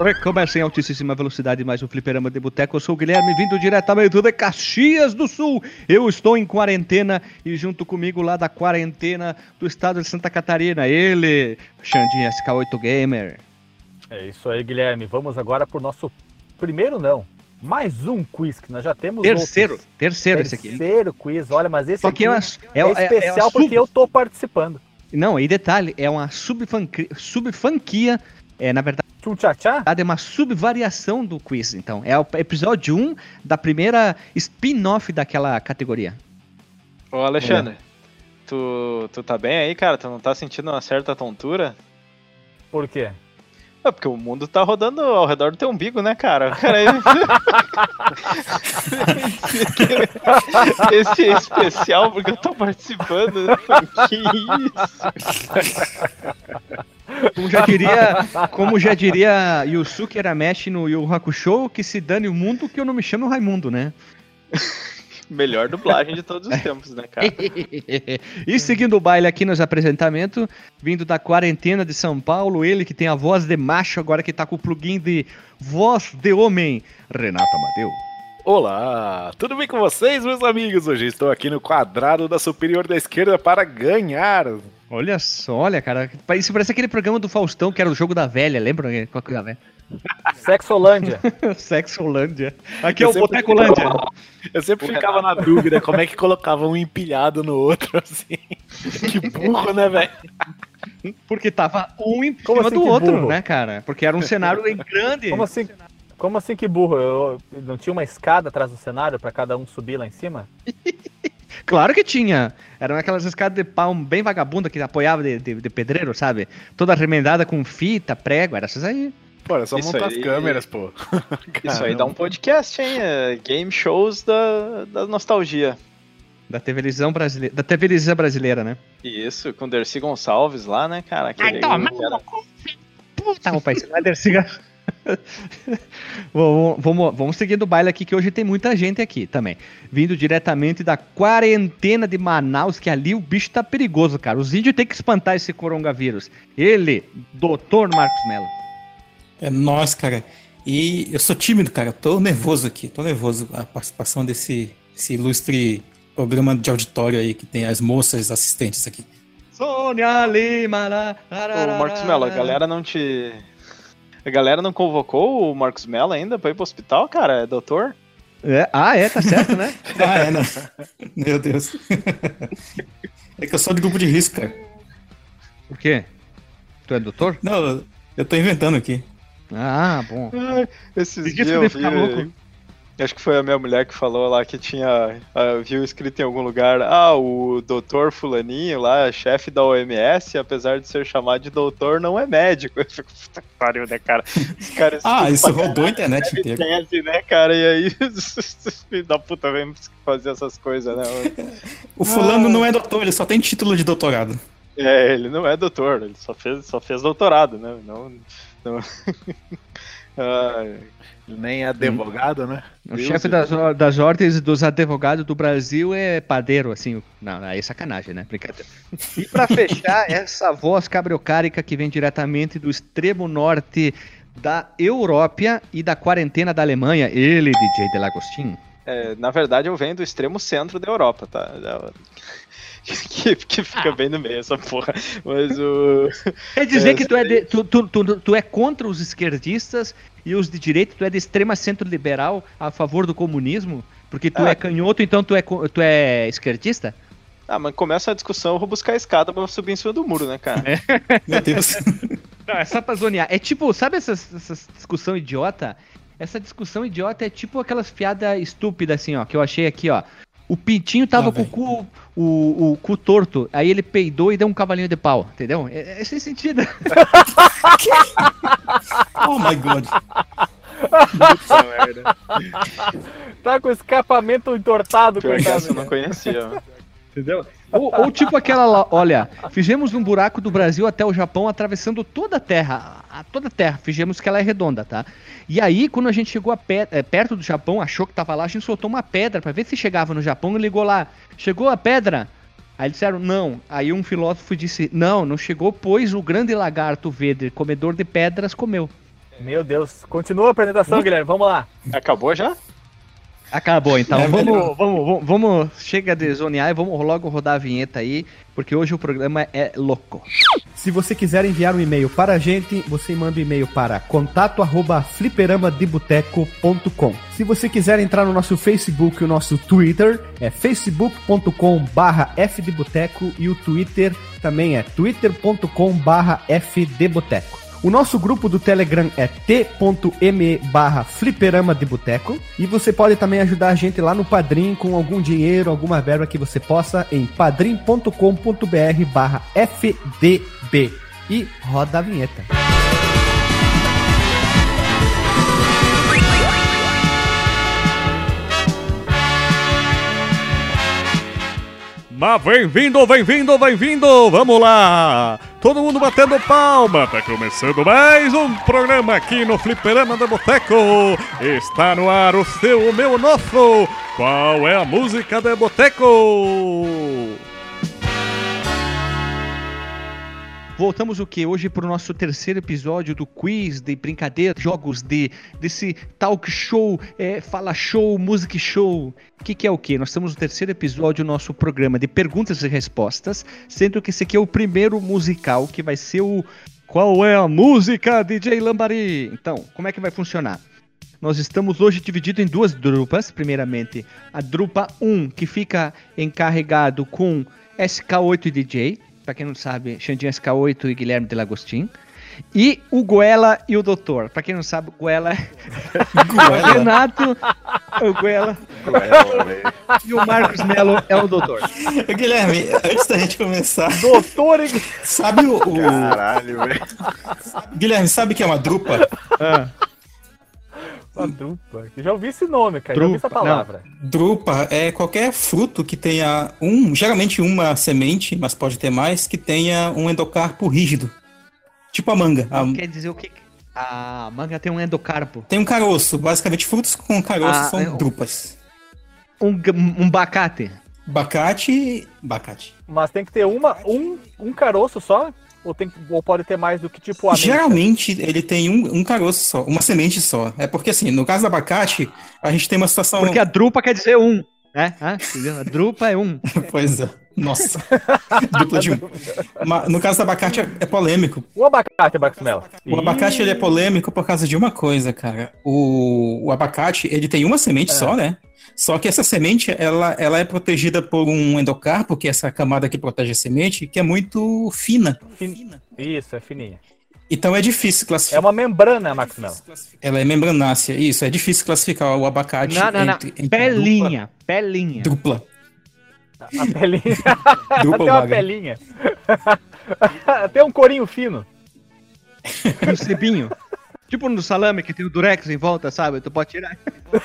Recomeça em altíssima velocidade mais um Fliperama de Boteco. Eu sou o Guilherme, vindo diretamente de Caxias do Sul. Eu estou em quarentena e junto comigo lá da quarentena do estado de Santa Catarina, ele, Xandinho SK8 Gamer. É isso aí, Guilherme. Vamos agora pro nosso primeiro, não. Mais um quiz que nós já temos. Terceiro esse aqui. Terceiro quiz, olha, mas esse aqui é especial porque eu tô participando. Não, e detalhe, é uma subfanquia, na verdade, é uma subvariação do quiz. Então, é o episódio 1 da primeira spin-off daquela categoria. Ô, Alexandre, tu tá bem aí, cara? Tu não tá sentindo uma certa tontura? Por quê? É porque o mundo tá rodando ao redor do teu umbigo, né, cara? Esse é especial porque eu tô participando. Que isso? Como já diria Yusuke Urameshi no Yu Hakusho, que se dane o mundo que eu não me chamo Raimundo, né? Melhor dublagem de todos os tempos, né, cara? E seguindo o baile aqui nos apresentamentos, vindo da quarentena de São Paulo, ele que tem a voz de macho, agora que tá com o plugin de voz de homem, Renato Amadeu. Olá, tudo bem com vocês, meus amigos? Hoje estou aqui no quadrado da superior da esquerda para ganhar. Olha só, olha, cara, isso parece aquele programa do Faustão, que era o jogo da velha, lembra? Qual que é a velha? Sexolândia. Sexolândia. Aqui é o Botecolândia. Eu sempre ficava na dúvida como é que colocava um empilhado no outro, assim. Que burro, né, velho? Porque tava um em cima do outro, burro? Né, cara? Porque era um cenário grande. Como assim que burro? Eu não tinha uma escada atrás do cenário pra cada um subir lá em cima? Claro que tinha. Eram aquelas escadas de pau bem vagabunda que apoiava de pedreiro, sabe? Toda remendada com fita, prego, era essas aí. Pô, é só montar as câmeras, pô. Isso aí dá um podcast, hein? Game shows da nostalgia. Da televisão brasileira, né? Isso, com Dercy Gonçalves lá, né, cara? Ai, toma! Puta, rapaz, isso não é Dercy. Vamos seguindo o baile aqui, que hoje tem muita gente aqui também. Vindo diretamente da quarentena de Manaus, que ali o bicho tá perigoso, cara. Os índios tem que espantar esse coronavírus. Ele, Dr. Marcos Mello. É nóis, cara. E eu sou tímido, cara. Tô nervoso aqui. Tô nervoso a participação desse ilustre programa de auditório aí que tem as moças assistentes aqui. Sônia Lima. Ô, Marcos Mello, a galera não convocou o Marcos Mello ainda pra ir pro hospital, cara? É doutor? Tá certo, né? Não. Meu Deus. É que eu sou de grupo de risco, cara. Por quê? Tu é doutor? Não, eu tô inventando aqui. Ah, bom. Esses dias eu vi, acho que foi a minha mulher que falou lá que viu escrito em algum lugar, o doutor fulaninho lá, chefe da OMS, apesar de ser chamado de doutor, não é médico. Eu fico, puta que pariu, né, cara? Os caras isso rodou a internet inteira. Tese, né, cara? E aí, os filhos da puta vem fazer essas coisas, né? O fulano não é doutor, ele só tem título de doutorado. Ele não é doutor, ele só fez doutorado, né? Não... Nem advogado, né? O chefe das ordens dos advogados do Brasil é padeiro, assim. Não, aí é sacanagem, né? Brincadeira. E pra fechar, essa voz cabriocárica que vem diretamente do extremo norte da Europa e da quarentena da Alemanha, ele, DJ Delagostin. Na verdade, eu venho do extremo centro da Europa, tá? Que fica bem no meio essa porra. Mas o... Quer dizer que tu é contra os esquerdistas e os de direita, tu é de extrema centro-liberal a favor do comunismo? Porque tu é canhoto, então tu é esquerdista? Mas começa a discussão, eu vou buscar a escada pra subir em cima do muro, né, cara? Meu Deus. Não, é só pra zonear. É tipo, sabe essa discussão idiota? Essa discussão idiota é tipo aquelas piadas estúpidas assim, ó, que eu achei aqui, ó. O pintinho tava com o cu torto, aí ele peidou e deu um cavalinho de pau, entendeu? É sem sentido. Oh my God. Puta merda. Tá com escapamento entortado, coitado. Eu não conhecia. Entendeu? Ou tipo aquela lá, olha, fizemos um buraco do Brasil até o Japão atravessando toda a Terra, fizemos que ela é redonda, tá? E aí, quando a gente chegou perto do Japão, achou que tava lá, a gente soltou uma pedra pra ver se chegava no Japão e ligou lá. Chegou a pedra? Aí disseram, não. Aí um filósofo disse, não chegou, pois o grande lagarto verde, comedor de pedras, comeu. Meu Deus. Continua a apresentação, Guilherme. Vamos lá. Acabou já? Acabou, então. Vamos. Chega de zonear e vamos logo rodar a vinheta aí, porque hoje o programa é louco. Se você quiser enviar um e-mail para a gente, você manda um e-mail para contato@fliperamadeboteco.com. Se você quiser entrar no nosso Facebook e o nosso Twitter, é facebook.com/fdboteco e o Twitter também é twitter.com/fdboteco. O nosso grupo do Telegram é t.me/fliperamadeboteco e você pode também ajudar a gente lá no Padrim com algum dinheiro, alguma verba que você possa em padrim.com.br/fdb. E roda a vinheta. Mas bem-vindo! Vamos lá! Todo mundo batendo palma! Tá começando mais um programa aqui no Fliperama do Boteco! Está no ar o seu, o meu, o nosso! Qual é a música do Boteco? Voltamos o que? Hoje para o nosso terceiro episódio do quiz, de brincadeira, jogos, desse talk show, fala show, music show. O que é o que? Nós estamos no terceiro episódio do nosso programa de perguntas e respostas, sendo que esse aqui é o primeiro musical, que vai ser o Qual é a música, DJ Lambari? Então, como é que vai funcionar? Nós estamos hoje divididos em duas drupas. Primeiramente, a drupa 1, que fica encarregado com SK8 e DJ. Pra quem não sabe, Xandinho SK8 e Guilherme Delagostin. E o Goela e o Doutor. Pra quem não sabe, o Goela é o Renato, o Goela e o Marcos Melo é o Doutor. Guilherme, antes da gente começar... Doutor... Sabe o... Caralho, velho. Guilherme, sabe o que é uma drupa? Uma drupa. Eu já ouvi esse nome, cara. Já ouvi essa palavra. Não. Drupa é qualquer fruto que tenha geralmente uma semente, mas pode ter mais, que tenha um endocarpo rígido. Tipo a manga. Quer dizer o que? A manga tem um endocarpo. Tem um caroço. Basicamente, frutos com caroço são drupas. Um bacate. Bacate. Mas tem que ter um caroço só? Ou pode ter mais do que tipo a Geralmente ele tem um caroço só, uma semente só. É porque assim, no caso do abacate, a gente tem uma situação... Porque a drupa quer dizer um, né? A drupa é um. Pois é. Nossa. Dupla de um. Mas, no caso do abacate é polêmico. O abacate, Marcos Melo. O abacate ele é polêmico por causa de uma coisa, cara. O abacate, ele tem uma semente só, né? Só que essa semente, ela é protegida por um endocarpo, que é essa camada que protege a semente, que é muito fina. Isso, é fininha. Então é difícil classificar. É uma membrana, Marcos Melo. Ela é membranácea, isso. É difícil classificar o abacate entre pelinha. Dupla. A pelinha. Tem uma pelinha. Tem um corinho fino. Um cebinho. Tipo no salame que tem o durex em volta, sabe? Tu pode tirar.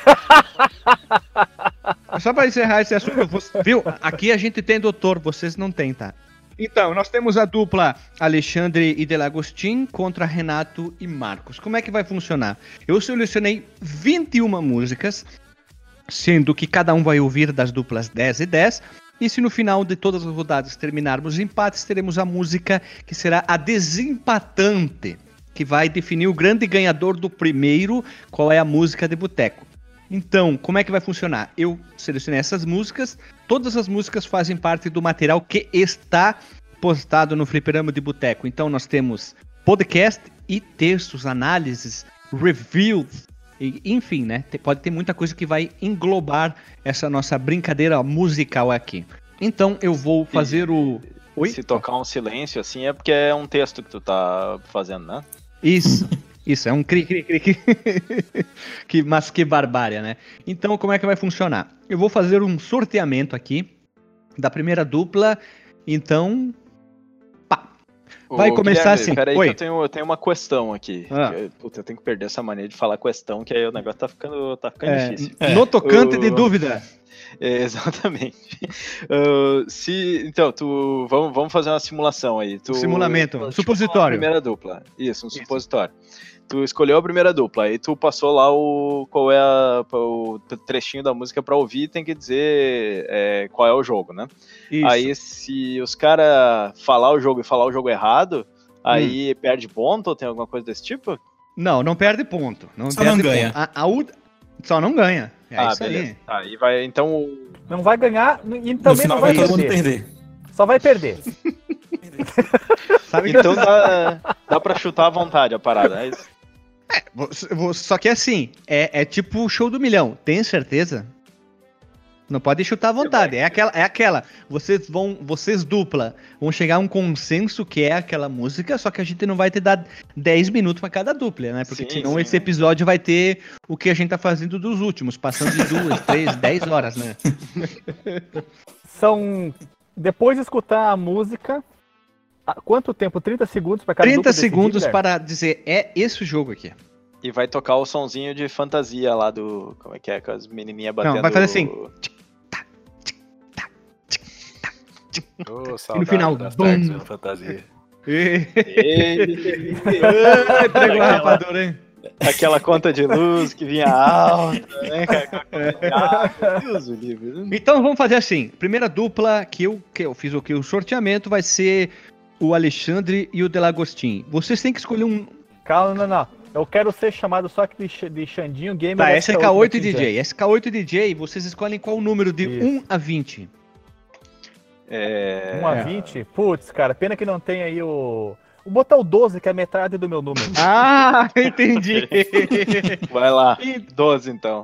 Só pra encerrar esse assunto, viu? Aqui a gente tem doutor, vocês não tem, tá? Então, nós temos a dupla Alexandre e Delagostin contra Renato e Marcos. Como é que vai funcionar? Eu selecionei 21 músicas, sendo que cada um vai ouvir das duplas 10 e 10. E se no final de todas as rodadas terminarmos empates, teremos a música que será a desempatante, que vai definir o grande ganhador do primeiro, qual é a música de boteco. Então, como é que vai funcionar? Eu selecionei essas músicas, todas as músicas fazem parte do material que está postado no Fliperama de Boteco. Então nós temos podcast e textos, análises, reviews, enfim, né? Pode ter muita coisa que vai englobar essa nossa brincadeira musical aqui. Então eu vou fazer o... Oi? Se tocar um silêncio assim é porque é um texto que tu tá fazendo, né? Isso, é um cri-cri-cri. Mas que barbárie, né? Então, como é que vai funcionar? Eu vou fazer um sorteamento aqui da primeira dupla. Então, pá. Vai começar Guilherme, assim. Peraí, Oi. que eu tenho uma questão aqui. Eu tenho que perder essa mania de falar questão, que aí o negócio tá ficando difícil. No tocante de dúvida. Exatamente. Então, vamos fazer uma simulação aí. Simulamento, um supositório. A primeira dupla. Isso, supositório. Tu escolheu a primeira dupla, aí tu passou lá qual é o trechinho da música pra ouvir e tem que dizer qual é o jogo, né? Isso. Aí se os caras falar o jogo e falar o jogo errado, aí perde ponto ou tem alguma coisa desse tipo? Não perde ponto. Só não ganha. Só não ganha. É isso beleza. aí. Tá, e vai, então... Não vai ganhar e No também final não vai vai todo mundo perder. perder. Só vai perder. Sabe Então dá pra chutar à vontade a parada, é isso? Só que assim, é tipo o show do milhão. Tem certeza? Não pode chutar à vontade. É aquela. Vocês dupla vão chegar a um consenso que é aquela música, só que a gente não vai te dar 10 minutos pra cada dupla, né? Porque senão esse episódio vai ter o que a gente tá fazendo dos últimos, passando de 2, 3, 10 horas, né? Depois de escutar a música, quanto tempo? 30 segundos pra cada 30 dupla segundos decidir, para dizer, é esse o jogo aqui. E vai tocar o sonzinho de fantasia lá do... Como é que é? Com as menininhas batendo... Não, vai fazer assim. E no final, das bum. tardes vendo fantasia. Pegou a rapadura, hein? Aquela conta de luz que vinha alta, né? Deus o livre. Então vamos fazer assim. Primeira dupla que eu fiz o sorteamento vai ser o Alexandre e o Delagostin. Vocês têm que escolher um... Calma, não. Eu quero ser chamado só de Xandinho Gamer. Tá, SK8 e DJ. SK8 e DJ, vocês escolhem qual o número de 1 a 20. 1 a 20? Putz, cara, pena que não tem aí o... Vou botar o 12, que é metade do meu número. Ah, entendi. Vai lá, 12 então.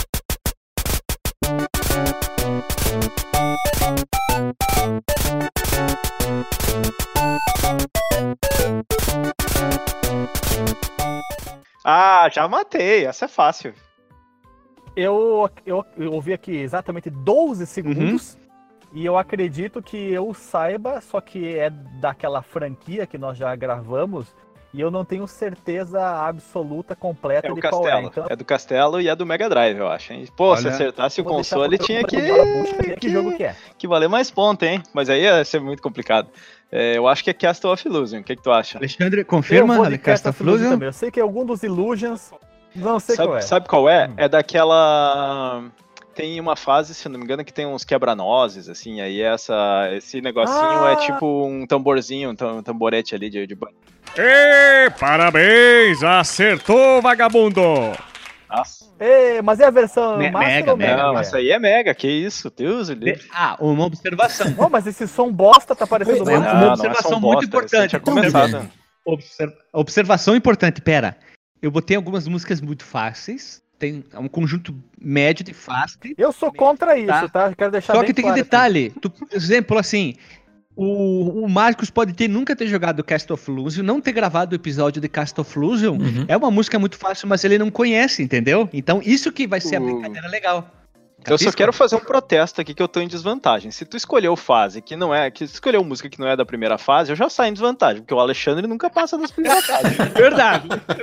Ah, já matei, essa é fácil. Eu ouvi aqui exatamente 12 segundos. E eu acredito que eu saiba, só que é daquela franquia que nós já gravamos, e eu não tenho certeza absoluta, completa de qual é. Então... É do Castelo e é do Mega Drive, eu acho, hein? Pô, se acertasse o console, tinha que jogo que é? Que valer mais ponto, hein? Mas aí ia ser muito complicado. Eu acho que é Castle of Illusion, o que tu acha? Alexandre, confirma, Castle of Illusion também. Eu sei que é algum dos Illusions, não sei qual é. Sabe qual é? É daquela... Tem uma fase, se não me engano, que tem uns quebra-nozes, assim, aí esse negocinho é tipo um tamborzinho, um tamborete ali de banho. Ê, parabéns, acertou, vagabundo! Nossa. Mas é a versão Mega. Não, essa aí é Mega, que isso, Deus livre. Uma observação. Não, mas esse som bosta tá parecendo muito. Uma observação muito importante. Observação importante, pera. Eu botei algumas músicas muito fáceis. Tem um conjunto médio de fácil. Eu sou contra isso, tá? Quero deixar Só bem que tem claro, detalhe. Exemplo, assim, o Marcos pode nunca ter jogado Castle of Illusion, não ter gravado o episódio de Castle of Illusion. É uma música muito fácil, mas ele não conhece, entendeu? Então isso que vai ser a brincadeira legal. Eu só quero fazer um protesto aqui que eu tô em desvantagem. Se tu escolheu fase que escolheu música que não é da primeira fase, eu já saio em desvantagem, porque o Alexandre nunca passa das primeiras fases. Verdade.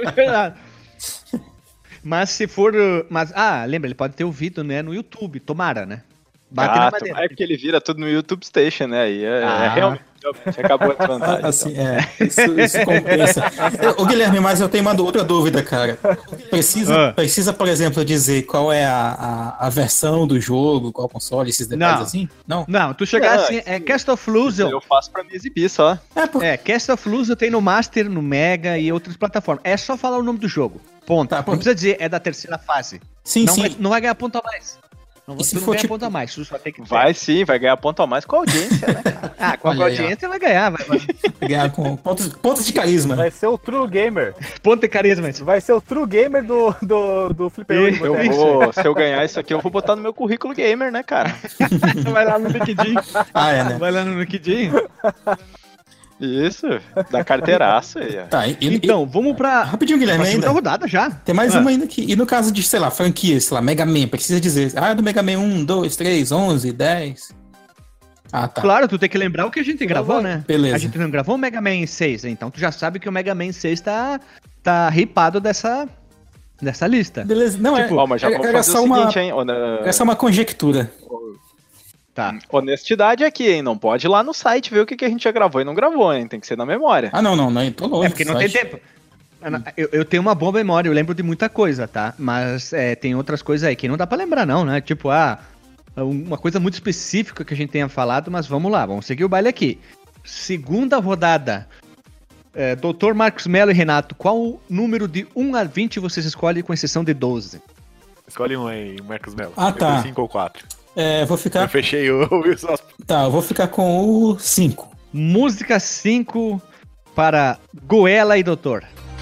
Mas se for... lembra, ele pode ter ouvido, né, no YouTube, tomara, né? Bate na madeira. É porque ele vira tudo no YouTube Station, né? E realmente acabou a desvantagem. Assim, então. Isso compensa. Ô, Guilherme, mas eu tenho uma outra dúvida, cara. Precisa, por exemplo, dizer qual é a versão do jogo, qual console, esses detalhes assim? Não, tu chegar assim, Castle of Illusion... Eu faço pra me exibir só. Castle of Illusion tem no Master, no Mega e outras plataformas. É só falar o nome do jogo. Ponto. Não precisa dizer, é da terceira fase. Sim. Não vai ganhar ponto a mais. Não vai ganhar ponto a mais. Só tem que vai sim, vai ganhar ponto a mais com a audiência, né, cara? Com a audiência vai ganhar. Vai ganhar com pontos de carisma. Vai ser o True Gamer. Ponto de carisma. Vai ser o True Gamer do Flipper. Se eu ganhar isso aqui, eu vou botar no meu currículo gamer, né, cara? Vai lá no LinkedIn. Né? Vai lá no LinkedIn. Isso, da carteiraça aí. Tá, então, vamos pra... Rapidinho, Guilherme, ainda. Rodada já. Tem mais uma ainda aqui. E no caso de, sei lá, franquia, sei lá, Mega Man, precisa dizer, do Mega Man 1, 2, 3, 11, 10... Tá. Claro, tu tem que lembrar o que a gente gravou, né? Beleza. A gente não gravou o Mega Man 6, então tu já sabe que o Mega Man 6 tá ripado dessa lista. Beleza, não mas já vamos fazer o seguinte, hein? Essa é uma conjectura. Tá. Honestidade aqui, hein? Não pode ir lá no site ver o que a gente já gravou e não gravou, hein? Tem que ser na memória. Não, tô longe. Porque não tem tempo. Eu tenho uma boa memória, eu lembro de muita coisa, tá? Mas tem outras coisas aí que não dá pra lembrar, não, né? Tipo, uma coisa muito específica que a gente tenha falado, mas vamos lá, vamos seguir o baile aqui. Segunda rodada. Dr. Marcos Mello e Renato, qual número de 1 a 20 vocês escolhem com exceção de 12? Escolhe um aí, Marcos Mello. Tá. 5 ou 4. Vou ficar... Eu fechei o... Tá, eu vou ficar com o 5. Música 5 para Goela e Doutor.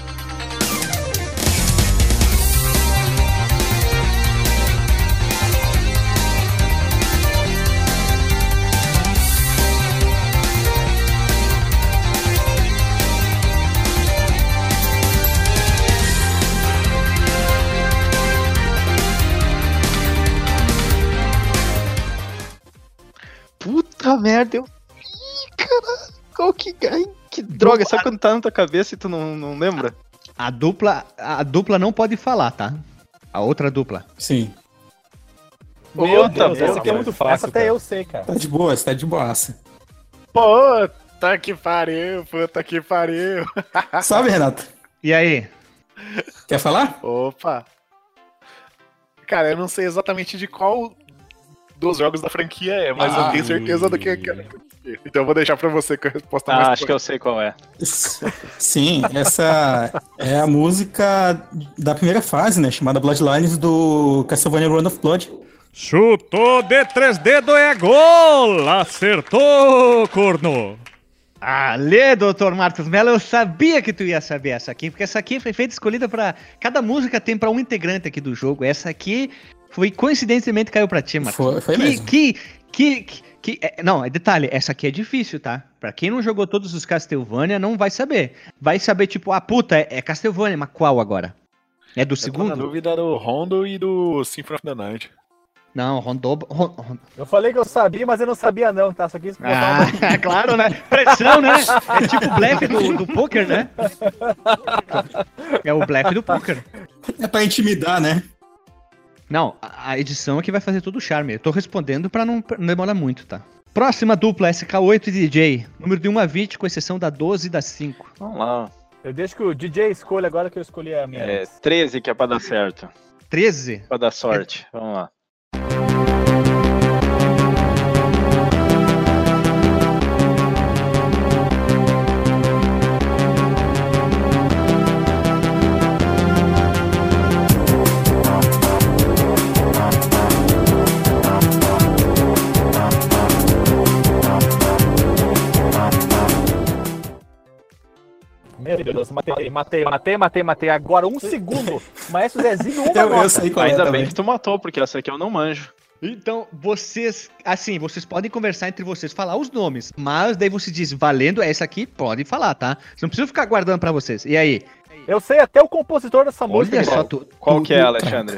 Puta merda, caralho, qual que droga, sabe quando tá na tua cabeça e tu não lembra? A dupla não pode falar, tá? A outra dupla. Sim. Meu Deus, essa aqui é muito fácil. Essa até eu sei, cara. Tá de boa, você tá de boaça. Puta que pariu. Sabe, Renato? E aí? Quer falar? Opa. Cara, eu não sei exatamente de qual dos jogos da franquia é, mas eu tenho certeza do que é. Então eu vou deixar pra você com a resposta mais acho que eu sei qual é. Sim, essa é a música da primeira fase, né? Chamada Bloodlines do Castlevania Run of Blood. Chutou de 3 dedos, é gol! Acertou, corno! Ale, Dr. Marcos Mello, eu sabia que tu ia saber essa aqui, porque essa aqui foi feita escolhida pra... Cada música tem pra um integrante aqui do jogo. Essa aqui foi, coincidentemente, caiu pra ti, Marcos. Foi mesmo. Não, detalhe, essa aqui é difícil, tá? Pra quem não jogou todos os Castlevania, não vai saber. Vai saber, tipo, puta, é Castlevania, mas qual agora? É do segundo? Eu tô na dúvida do Rondo e do Symphony of the Night. Não, Rondô... Eu falei que eu sabia, mas eu não sabia não, tá? Só quis botar claro, né? Pressão, né? É tipo o blefe do poker, né? É o blefe do poker. É pra intimidar, né? Não, a edição é que vai fazer todo o charme. Eu tô respondendo pra não demorar muito, tá? Próxima dupla, SK8 e DJ. Número de 1 a 20, com exceção da 12 e da 5. Vamos lá. Eu deixo que o DJ escolha agora que eu escolhi a minha. 13 que é pra dar certo. 13? Pra dar sorte. Vamos lá. Meu Deus, matei. Agora, 1 segundo. Maestro Zezinho, uma nota. Eu sei qual Ainda é bem que tu matou, porque essa aqui eu não manjo. Então, vocês podem conversar entre vocês, falar os nomes, mas daí você diz, valendo essa aqui, pode falar, tá? Você não precisa ficar guardando pra vocês. E aí? Eu sei até o compositor dessa música. Olha só, Qual que é, Alexandre?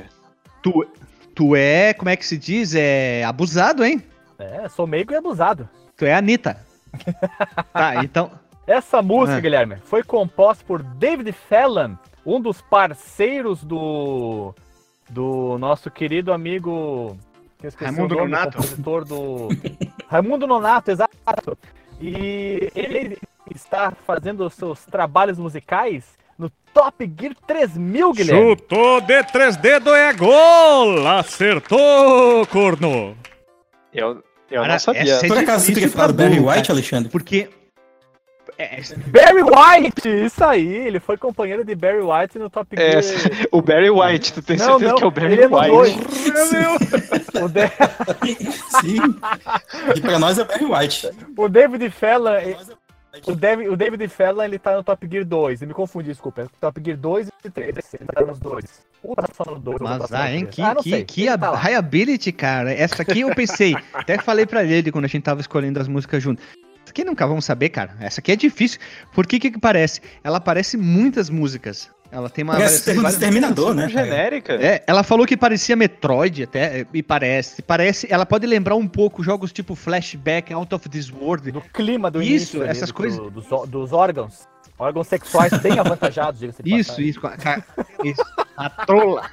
Tu é, como é que se diz? É abusado, hein? Sou meigo e abusado. Tu é a Anitta. Tá, então... Essa música, Guilherme, foi composta por David Fallon, um dos parceiros do nosso querido amigo... Raimundo Nonato. Compositor do... Raimundo Nonato, exato. E ele está fazendo os seus trabalhos musicais no Top Gear 3000, Guilherme. Chutou de 3 dedos, é gol! Acertou, corno! Eu não sabia. Por acaso você queria falar do Barry White, Alexandre? Porque... Barry White! Isso aí, ele foi companheiro de Barry White no Top Gear. O Barry White, tu tem certeza que é o Barry White? Meu Deus! Sim. E pra nós é Barry White. O David Fallon... O David Fallon, ele tá no Top Gear 2. Eu me confundi, desculpa. É Top Gear 2 e 3. Ele tá nos dois. Tá só no 2. Mas, hein? Que Highability, cara. Essa aqui eu pensei. Até falei pra ele quando a gente tava escolhendo as músicas junto. Essa aqui nunca vamos saber, cara. Essa aqui é difícil. Por que parece? Ela parece muitas músicas. Ela tem uma... Parece um Exterminador, né? Genérica. Ela falou que parecia Metroid até, e parece. Ela pode lembrar um pouco jogos tipo Flashback, Out of This World. Do clima do início. Isso, essas coisas. Dos órgãos. Órgãos sexuais bem avantajados, diga-se de passagem. Isso. A trola.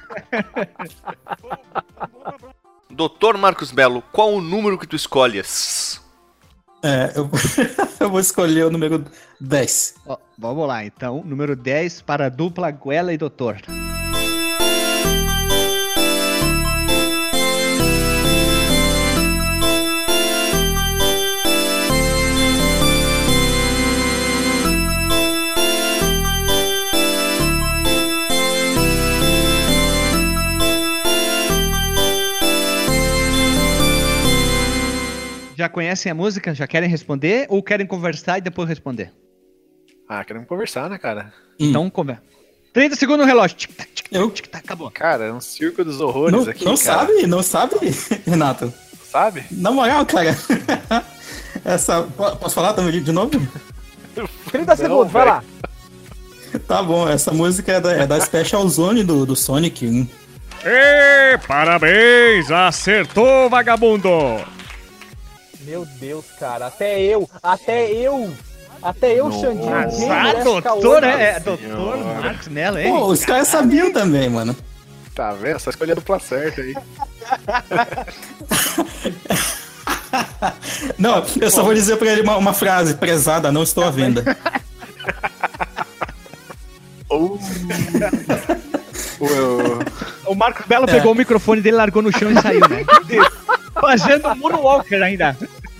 Dr. Marcos Mello, qual o número que tu escolhes? Eu vou escolher o número 10. Vamos lá, então. Número 10 para a dupla Goela e Doutor. já conhecem a música? Já querem responder? Ou querem conversar e depois responder? Queremos conversar, né, cara? Então, conversa. 30 segundos no relógio. Acabou. Cara, é um circo dos horrores aqui, não cara. Não sabe, Renato? Sabe? Na moral, cara. Posso falar também de novo? 30 segundos, vai lá. Tá bom, essa música é da Special Zone do Sonic 1. Parabéns! Acertou, vagabundo! Meu Deus, cara, até eu, Xandinho. Doutor Marcos Mello, hein? Pô, os caras sabiam também, mano. Tá vendo? Só escolhendo pra certo aí. Não, eu só vou dizer pra ele uma frase, prezada, não estou à venda. O Marcos Mello pegou o microfone dele, largou no chão e saiu, né? Fazendo um Moonwalker ainda.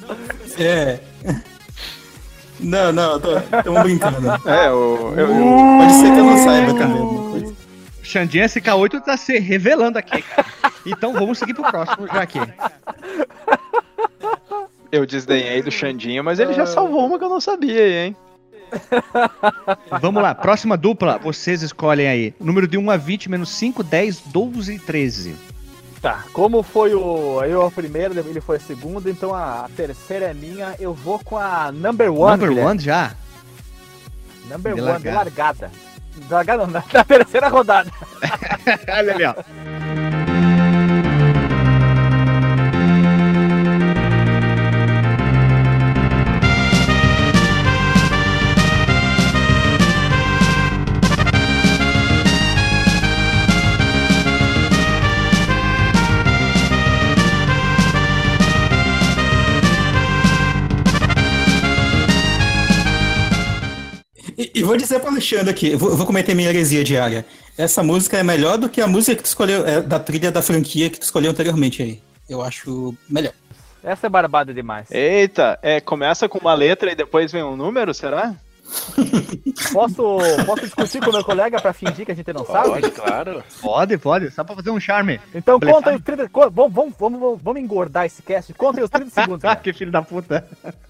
Não, tô brincando. Pode ser que eu não saiba também alguma coisa. O Xandinho SK8 tá se revelando aqui, cara. Então vamos seguir pro próximo já aqui. Eu desdenhei do Xandinho, mas ele já salvou uma que eu não sabia, hein? Vamos lá, próxima dupla, vocês escolhem aí. Número de 1 a 20, menos 5, 10, 12 e 13. Tá, como foi eu a primeira, ele foi a segunda, então a terceira é minha, eu vou com a number one. Number one já? Number one, de largada. Largada não, na terceira rodada. Olha ali, ó. E vou dizer para o Alexandre aqui, vou cometer minha heresia diária. Essa música é melhor do que a música que tu escolheu, da trilha da franquia que tu escolheu anteriormente aí. Eu acho melhor. Essa é barbada demais. Eita, começa com uma letra e depois vem um número, será? Posso discutir com o meu colega pra fingir que a gente não sabe? Pode, claro. Pode, só pra fazer um charme. Então conta aí os 30... Vamos engordar esse cast. Conta aí os 30 segundos. Que filho da puta.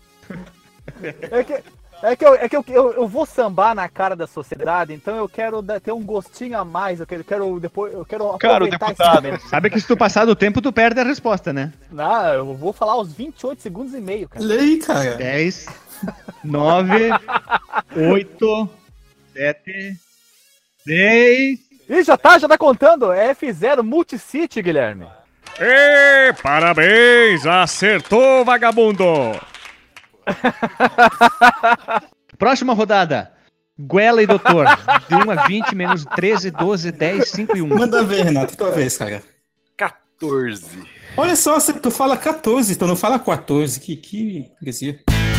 É que eu vou sambar na cara da sociedade, então eu quero ter um gostinho a mais, eu quero Cara, o deputado, sabe que se tu passar do tempo, tu perde a resposta, né? Não, eu vou falar aos 28 segundos e meio, cara. Lei, cara. 10, 9, 8, 7, 6... Ih, já tá contando, é F0 Multicity, Guilherme. Parabéns, acertou, vagabundo! Próxima rodada. Guela e Doutor. De 1 a 20, menos 13, 12, 10, 5 e 1. Manda ver, Renato, tua vez, cara. 14. Olha só, tu fala 14, tu não fala 14. Que heresia.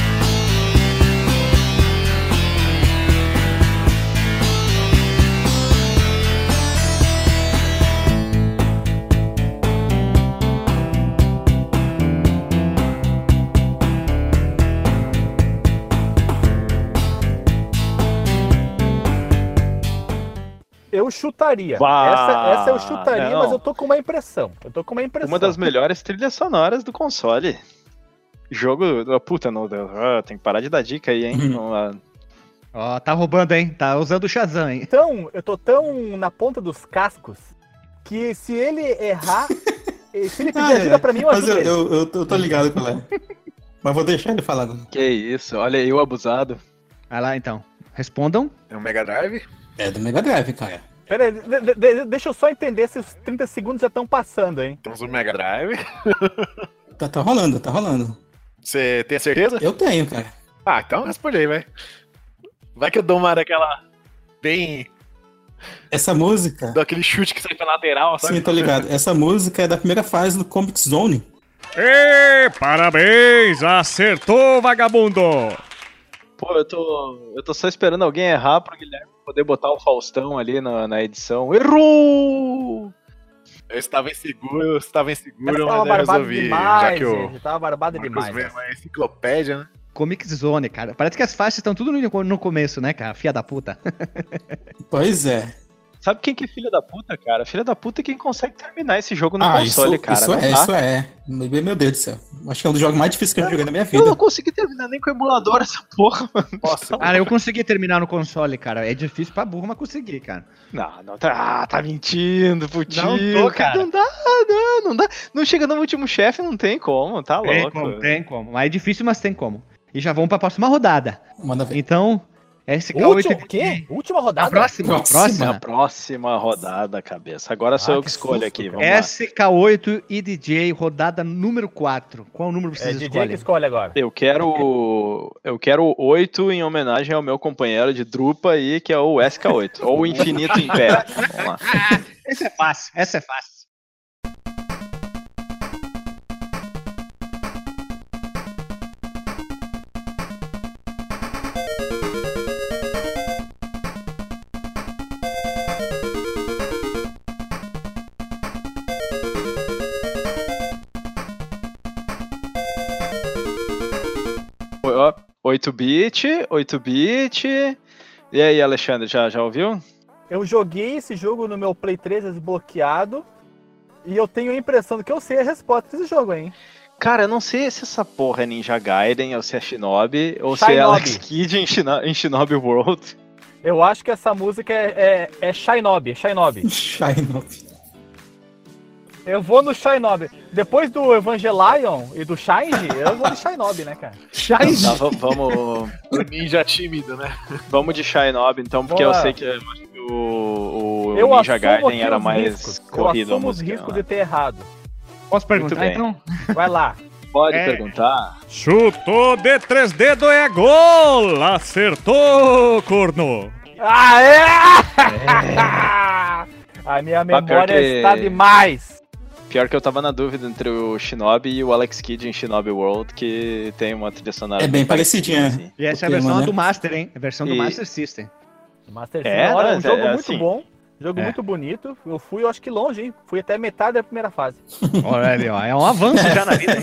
Eu chutaria. Essa eu chutaria, não. Mas eu tô com uma impressão. Uma das melhores trilhas sonoras do console. Jogo... Puta, não, tem que parar de dar dica aí, hein? Ó, tá roubando, hein? Tá usando o Shazam, hein? Então, eu tô tão na ponta dos cascos que se ele errar... se ele pedir ajuda pra mim, eu ajudo ele. Eu tô ligado com ela. Mas vou deixar ele falar. Que isso, olha aí o abusado. Vai lá, então. Respondam. É um Mega Drive? É do Mega Drive, cara. Pera aí, deixa eu só entender se os 30 segundos já estão passando, hein? Temos um Mega Drive. Tá rolando. Você tem a certeza? Eu tenho, cara. Então responde aí, vai. Vai que eu dou uma daquela bem... Essa música... Dou aquele chute que sai pra lateral, sabe? Sim, tô ligado. Essa música é da primeira fase do Combat Zone. Parabéns, acertou, vagabundo! Pô, eu tô só esperando alguém errar pro Guilherme poder botar o Faustão ali na edição. Errou! Eu estava inseguro, mas eu resolvi. Demais, já que eu tava barbado demais. É uma enciclopédia, né? Comic Zone, cara. Parece que as faixas estão tudo no começo, né, cara? Filha da puta. Pois é. Sabe quem que é filha da puta, cara? Filha da puta é quem consegue terminar esse jogo no console, cara. Isso é. Meu Deus do céu. Acho que é um dos jogos mais difíceis que eu joguei na minha vida. Eu não consegui terminar nem com o emulador essa porra, mano. Nossa, Cara, eu consegui terminar no console, cara. É difícil pra burro, mas consegui, cara. Não, tá mentindo, putinho. Não tô, cara. Não dá. Não chega no último chefe, não tem como, tá louco. Tem como. Mas é difícil, mas tem como. E já vamos pra próxima rodada. Manda ver. Então, SK8... Último, o quê? Última rodada? A próxima rodada, cabeça. Agora sou eu que escolho susto, aqui, cara. vamos lá. SK8 e DJ, rodada número 4. Qual número vocês DJ escolhem? que escolhe agora. Eu quero 8 em homenagem ao meu companheiro de drupa aí, que é o SK8. Ou o Infinito Império. Vamos lá. Essa é fácil. Ó, 8-bit. E aí, Alexandre, já ouviu? Eu joguei esse jogo no meu Play 3 desbloqueado e eu tenho a impressão de que eu sei a resposta desse jogo, hein? Cara, eu não sei se essa porra é Ninja Gaiden, ou se é Shinobi, ou se é Alex Kidd em Shinobi World. Eu acho que essa música é Shinobi. Shinobi. Eu vou no Shinobi. Depois do Evangelion e do Shinji, eu vou no Shinobi, né, cara? Tá, vamos... o ninja tímido, né? Vamos de Shinobi, então, porque eu sei que o Eu Ninja Gaiden aqui era os mais riscos. corrido. Eu assumo os riscos de ter errado. Posso perguntar, bem. então? Vai lá. Pode perguntar. Chutou de 3 dedos, é gol! Acertou, corno! Aê! A minha memória está demais. Pior que eu tava na dúvida entre o Shinobi e o Alex Kidd em Shinobi World, que tem uma trilha sonora. É bem parecidinha. Assim. E essa é a versão do Master, hein? A versão do Master System. Master System é um jogo muito assim. bom. Jogo muito bonito. Eu fui, eu acho que longe, hein? Fui até metade da primeira fase. Olha ali, ó. É um avanço já na vida, hein?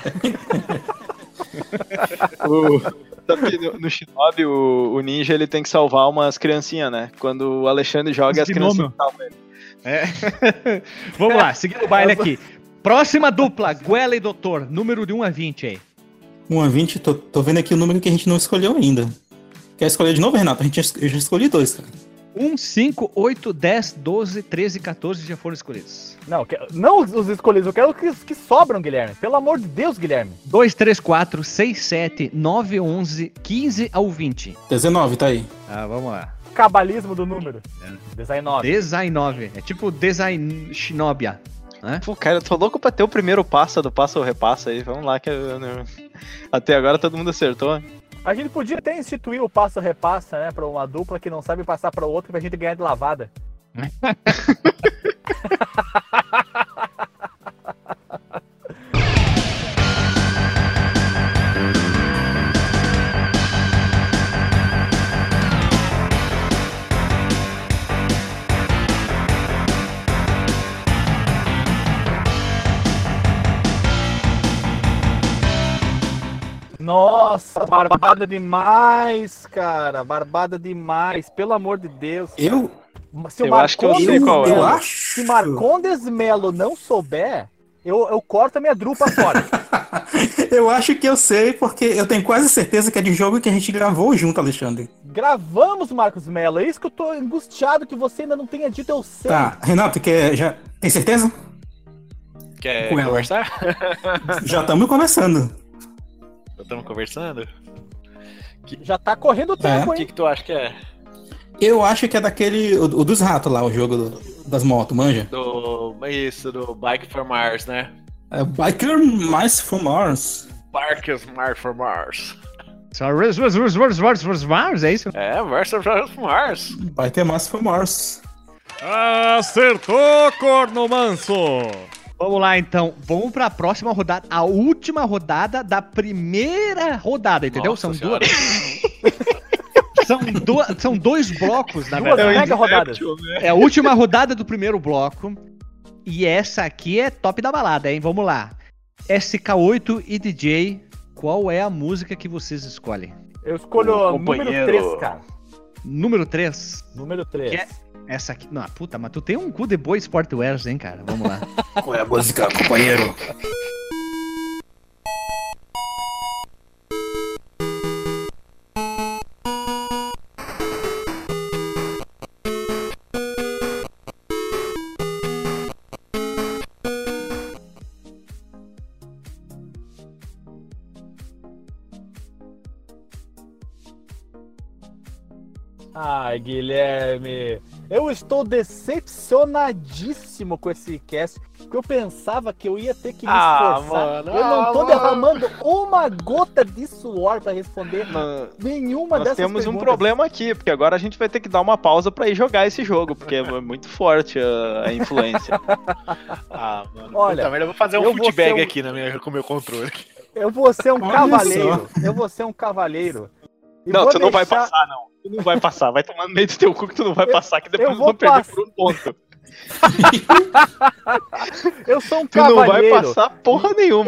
Sabe que no Shinobi o ninja ele tem que salvar umas criancinhas, né? Quando o Alexandre joga, as criancinhas salvam ele. Vamos lá, seguindo o baile aqui. Próxima dupla, Guela e Doutor. Número de 1 a 20 aí. 1 a 20, tô vendo aqui o número que a gente não escolheu ainda. Quer escolher de novo, Renato? Eu já escolhi 2, cara. 1, 5, 8, 10, 12, 13 e 14 já foram escolhidos. Não os escolhidos, eu quero os que sobram, Guilherme. Pelo amor de Deus, Guilherme. 2, 3, 4, 6, 7, 9, 11, 15 ao 20. 19, tá aí. Vamos lá. Cabalismo do número. Design 9. Design 9. É tipo Design Shinobia. Né? Pô, cara, eu tô louco pra ter o primeiro passo do passo ou repassa aí. Vamos lá, que até agora todo mundo acertou. A gente podia até instituir o passo-repassa, né? Pra uma dupla que não sabe passar pra outra pra gente ganhar de lavada. Nossa, barbada demais, cara. Barbada demais, pelo amor de Deus. Eu acho que eu sei qual é. Eu acho. Se Marcondes Melo não souber, eu corto a minha drupa fora. Eu acho que eu sei, porque eu tenho quase certeza que é de jogo que a gente gravou junto, Alexandre. Gravamos, Marcos Melo. É isso que eu tô angustiado que você ainda não tenha dito, eu sei. Tá, Renato, tem certeza? Quer Com ela. conversar? Já estamos conversando. Já estamos conversando? Já tá correndo o tempo, O hein? que tu acha que é? Eu acho que é daquele. O dos ratos lá, o jogo das motos, manja? Do Bike for Mars, né? É Biker Mice from Mars. Bikers Mars for Mars. Mars, é isso? É, Mars for Mars. Biker Mice from Mars. Acertou, corno manso! Vamos lá, então. Vamos pra próxima rodada. A última rodada da primeira rodada, entendeu? Nossa São senhora. São dois blocos, na Duas verdade. mega rodadas. É a última rodada do primeiro bloco. E essa aqui é top da balada, hein? Vamos lá. SK8 e DJ, qual é a música que vocês escolhem? Eu escolho o número 3, cara. Número 3? Número 3. Que é essa aqui. Não, puta, mas tu tem um cu de boa Sportwares, hein, cara? Vamos lá. Qual é a música, companheiro? Ai, Guilherme, eu estou decepcionadíssimo com esse cast, porque eu pensava que eu ia ter que me esforçar. Mano, eu não tô derramando uma gota de suor pra responder nenhuma dessas perguntas. Nós temos um problema aqui, porque agora a gente vai ter que dar uma pausa pra ir jogar esse jogo, porque é muito forte a influência. Mano, olha, eu vou fazer um footbag aqui com o meu controle. Eu vou ser um cavaleiro. Eu vou ser um cavaleiro. Não, tu não vai passar, não. Tu não vai passar. Vai tomar no meio do teu cu que tu não vai passar, que depois eu vou perder por um ponto. Eu sou um tu cavaleiro. Tu não vai passar porra nenhuma.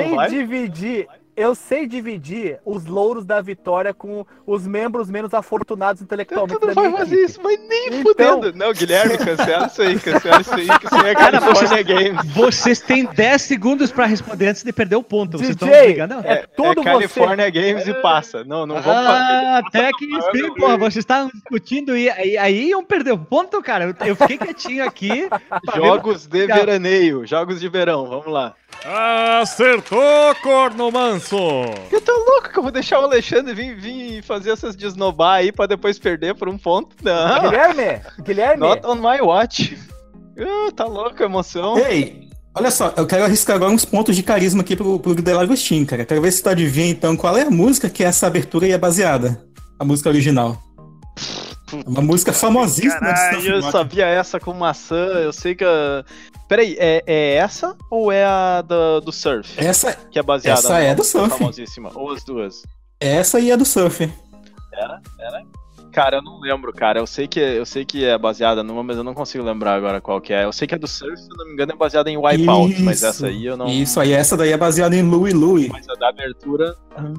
Eu sei dividir os louros da vitória com os membros menos afortunados intelectualmente. Tu não vai fazer isso, mas nem fudendo. Não, Guilherme, cancela isso aí, que isso aí é California Games. Vocês têm 10 segundos pra responder antes de perder o ponto. Vocês estão brigando? É California Games e passa. Não vamos falar. Até que sim, porra. Vocês estavam discutindo e aí iam perder o ponto, cara. Eu fiquei quietinho aqui. Jogos de veraneio, jogos de verão, vamos lá. Acertou, corno manso! Eu tô louco que eu vou deixar o Alexandre vir fazer essas desnobar aí pra depois perder por um ponto. Não. Guilherme! Not on my watch. Tá louco, emoção. Ei, olha só, eu quero arriscar agora uns pontos de carisma aqui pro Delagostin, cara. Quero ver se tu adivinha, então, qual é a música que essa abertura aí é baseada. A música original. Uma música famosíssima. Caralho, eu sabia essa com maçã, eu sei que... Peraí, é essa ou é a do Surf? Essa que é baseada essa é do Surf. Famosíssima, ou as duas? Essa aí é do Surf. Era? Cara, eu não lembro, cara. Eu sei que é baseada numa, mas eu não consigo lembrar agora qual que é. Eu sei que a do Surf, se eu não me engano, é baseada em Wipeout, mas essa aí eu não... Isso aí, essa daí é baseada em Louie Louie. Mas a da abertura...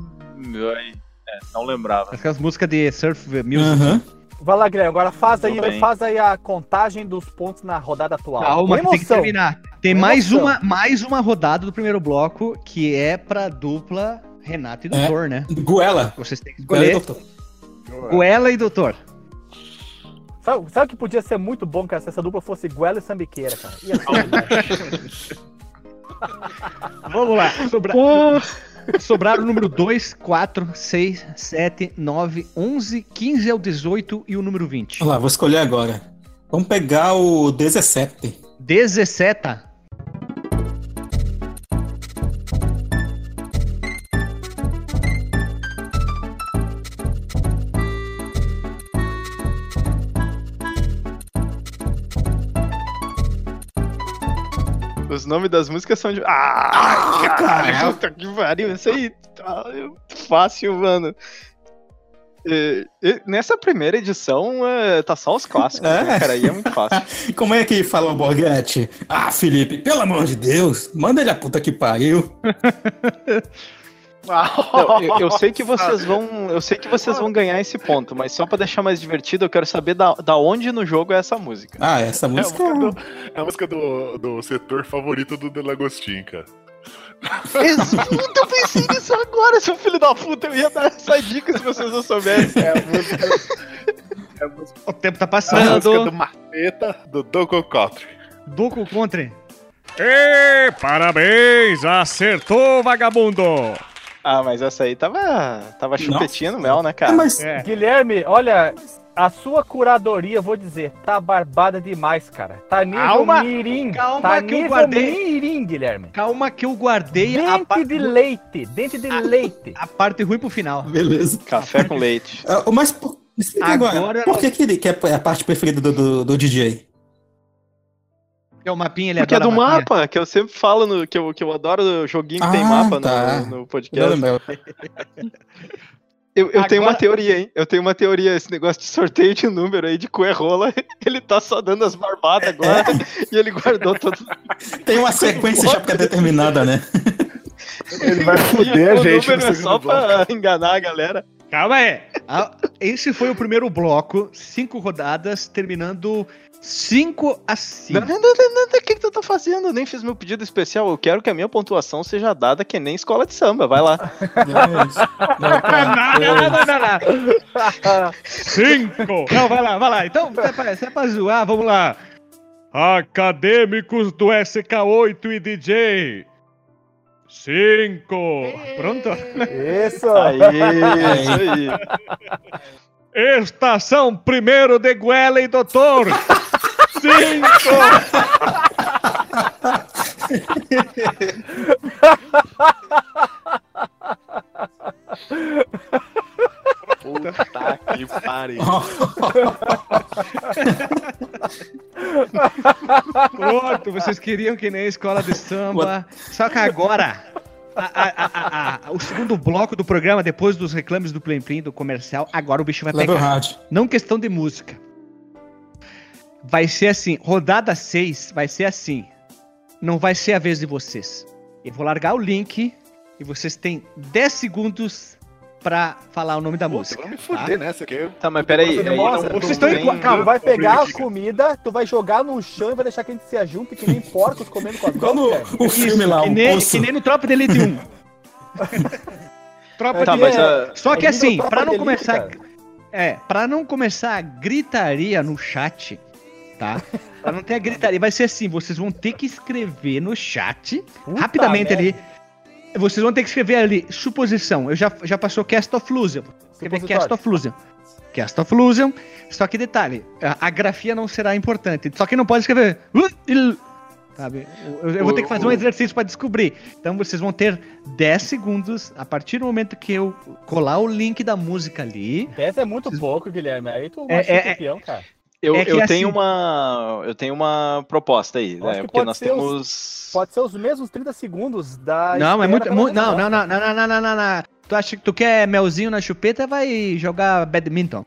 não lembrava. Aquelas músicas de Surf Music. Uhum. Vai lá, Guilherme, agora faz aí a contagem dos pontos na rodada atual. Calma, tem que terminar. Tem mais uma rodada do primeiro bloco, que é pra dupla Renato e Doutor, né? Goela. Vocês têm que escolher. Goela e Doutor. Sabe o que podia ser muito bom, cara, se essa dupla fosse Goela e Sambiqueira, cara? Ia ser Vamos lá. Sobraram o número 2, 4, 6, 7, 9, 11, 15 ao 18 e o número 20. Vamos lá, vou escolher agora. Vamos pegar o 17. 17? Os nomes das músicas são de... cara, puta que pariu, isso aí tá fácil, mano. Nessa primeira edição, tá só os clássicos, né, cara, aí é muito fácil. Como é que fala o Borghetti? Felipe, pelo amor de Deus, manda ele a puta que pariu. Não, eu sei que vocês vão ganhar esse ponto, mas só pra deixar mais divertido, eu quero saber da onde no jogo é essa música. Essa música é a música do setor favorito do Delagostin, cara. Eu pensei nisso agora, seu filho da puta, eu ia dar essa dica se vocês não soubessem. É a música O tempo tá passando. a música do Marteta, do Doco Country. Doco Country. Parabéns, acertou, vagabundo! Mas essa aí tava chupetinha no mel, né, cara? Guilherme, olha, a sua curadoria, vou dizer, tá barbada demais, cara. Tá nível mirim. Calma que eu guardei. Mirim, Guilherme. Calma que eu guardei Dente de leite. A parte ruim pro final. Beleza. Café com leite. Mas explica agora, por que é a parte preferida do DJ? É o mapinha, ele porque é do mapinha. mapa, que eu sempre falo, que eu adoro o joguinho que tem mapa no podcast. Eu tenho uma teoria, hein? Eu tenho uma teoria, esse negócio de sorteio de número aí de Coerrola, ele tá só dando as barbadas agora e ele guardou todo. Tem uma sequência já pré-determinada, né? Ele vai foder a gente. O número é só pra enganar a galera. Calma aí. Esse foi o primeiro bloco, 5 rodadas, terminando 5 a 5. Não, o que tu tá fazendo? Eu nem fiz meu pedido especial. Eu quero que a minha pontuação seja dada que nem escola de samba. Vai lá. Não. 5. Não, vai lá. Então, se é pra zoar, vamos lá. Acadêmicos do SK8 e DJ. 5. Pronto? Isso. Isso aí. Estação primeiro de Goela e Doutor. 5. Puta que pariu. Pronto, vocês queriam que nem a escola de samba. Só que agora, o segundo bloco do programa, depois dos reclames do Plim Plim, do comercial, agora o bicho vai pegar. Não questão de música. Vai ser assim, rodada 6 vai ser assim. Não vai ser a vez de vocês. Eu vou largar o link e vocês têm 10 segundos pra falar o nome da música. Vai me fuder, né? Você quer... Tá, mas peraí. Vocês estão Tu vai pegar a comida, tu vai jogar no chão e vai deixar que a gente se ajunte que nem porcos comendo com as mãos. O filme lá, que nem no Tropa de Elite 1. Tropa de Elite. Só que assim, pra não começar... pra não começar a gritaria no chat, tá? Pra não ter a gritaria, vai ser assim, vocês vão ter que escrever no chat, rapidamente ali. Vocês vão ter que escrever ali, suposição. Eu já passou Cast of Illusion. Escrever Cast of Illusion. Cast of Illusion. Só que detalhe, a grafia não será importante. Só que não pode escrever. Sabe? Eu vou ter que fazer um exercício pra descobrir. Então vocês vão ter 10 segundos a partir do momento que eu colar o link da música ali. 10 é muito pouco, Guilherme. Aí tu é campeão, cara. Eu tenho uma proposta aí, né? Porque nós temos... Pode ser os mesmos 30 segundos da... Não, é muito... Não. Tu acha que tu quer melzinho na chupeta, vai jogar badminton.